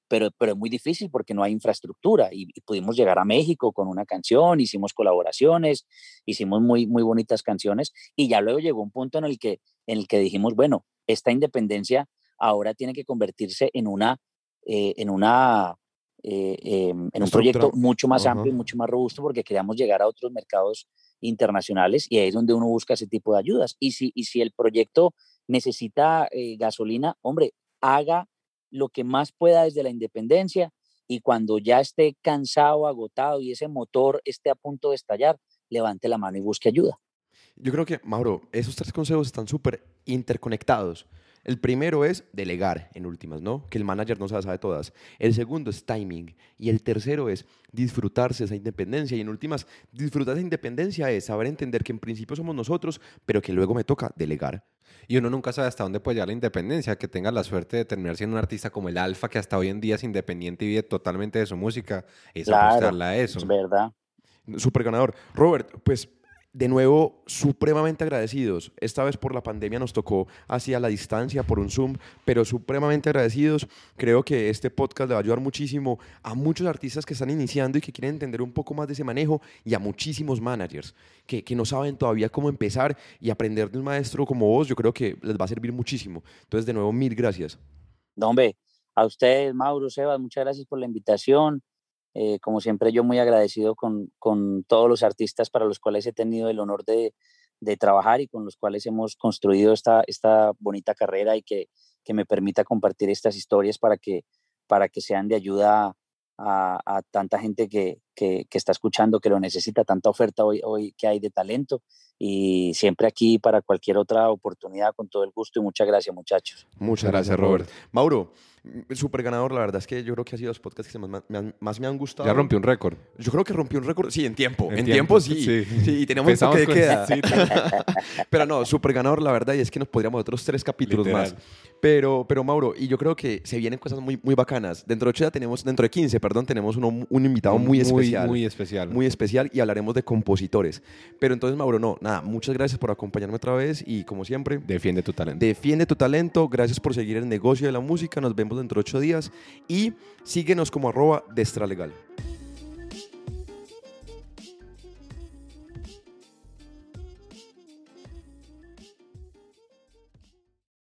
Speaker 3: pero, pero es muy difícil porque no hay infraestructura y, y pudimos llegar a México con una canción, hicimos colaboraciones, hicimos muy, muy bonitas canciones y ya luego llegó un punto en el que, en el que dijimos, bueno, esta independencia ahora tiene que convertirse en una, eh, en una, eh, eh, en un proyecto mucho más
Speaker 1: Ajá.
Speaker 3: amplio y mucho más robusto porque queríamos llegar a otros mercados internacionales y ahí es donde uno busca ese tipo de ayudas. Y si, y si el proyecto necesita eh, gasolina, hombre, haga lo que más pueda desde la independencia y cuando ya esté cansado, agotado y ese motor esté a punto de estallar, levante la mano y busque ayuda.
Speaker 1: Yo creo que, Mauro, esos tres consejos están súper interconectados. El primero es delegar, en últimas, ¿no? Que el manager no se las sabe todas. El segundo es timing. Y el tercero es disfrutarse esa independencia. Y en últimas, disfrutar esa independencia es saber entender que en principio somos nosotros, pero que luego me toca delegar.
Speaker 2: Y uno nunca sabe hasta dónde puede llegar la independencia, que tenga la suerte de terminar siendo un artista como el Alfa, que hasta hoy en día es independiente y vive totalmente de su música, es
Speaker 3: Claro,
Speaker 2: apostarle a eso.
Speaker 3: es verdad.
Speaker 1: Súper ganador. Robert, pues de nuevo, supremamente agradecidos. Esta vez por la pandemia nos tocó hacia la distancia, por un Zoom, pero supremamente agradecidos. Creo que este podcast le va a ayudar muchísimo a muchos artistas que están iniciando y que quieren entender un poco más de ese manejo y a muchísimos managers que, que no saben todavía cómo empezar y aprender de un maestro como vos. Yo creo que les va a servir muchísimo. Entonces, de nuevo, mil gracias.
Speaker 3: No, hombre, a ustedes, Mauro, Sebas, muchas gracias por la invitación. Eh, como siempre, yo muy agradecido con, con todos los artistas para los cuales he tenido el honor de, de trabajar y con los cuales hemos construido esta, esta bonita carrera y que, que me permita compartir estas historias para que, para que sean de ayuda a, a tanta gente que, que, que está escuchando, que lo necesita, tanta oferta hoy, hoy que hay de talento. Y siempre aquí para cualquier otra oportunidad, con todo el gusto y muchas gracias, muchachos.
Speaker 1: Muchas gracias, Robert. Mauro, súper ganador, la verdad es que yo creo que ha sido los podcasts que más me han, más me han gustado.
Speaker 2: Ya rompió un récord.
Speaker 1: Yo creo que rompió un récord, sí, en tiempo. En,
Speaker 2: En
Speaker 1: tiempo,
Speaker 2: tiempo,
Speaker 1: sí.
Speaker 2: sí.
Speaker 1: Sí, y tenemos un toque de
Speaker 2: con-
Speaker 1: queda.
Speaker 2: sí,
Speaker 1: Pero no, súper ganador, la verdad, y es que nos podríamos otros tres capítulos
Speaker 2: Literal.
Speaker 1: más. Pero, pero Mauro, y yo creo que se vienen cosas muy, muy bacanas. Dentro de ocho ya tenemos, dentro de quince, perdón, tenemos uno, un invitado muy, especial.
Speaker 2: Muy especial.
Speaker 1: Muy especial y hablaremos de compositores. Pero entonces, Mauro, no, nada, muchas gracias por acompañarme otra vez y como siempre,
Speaker 2: Defiende tu talento.
Speaker 1: defiende tu talento, gracias por seguir el negocio de la música, nos vemos dentro de ocho días y síguenos como arroba Destralegal.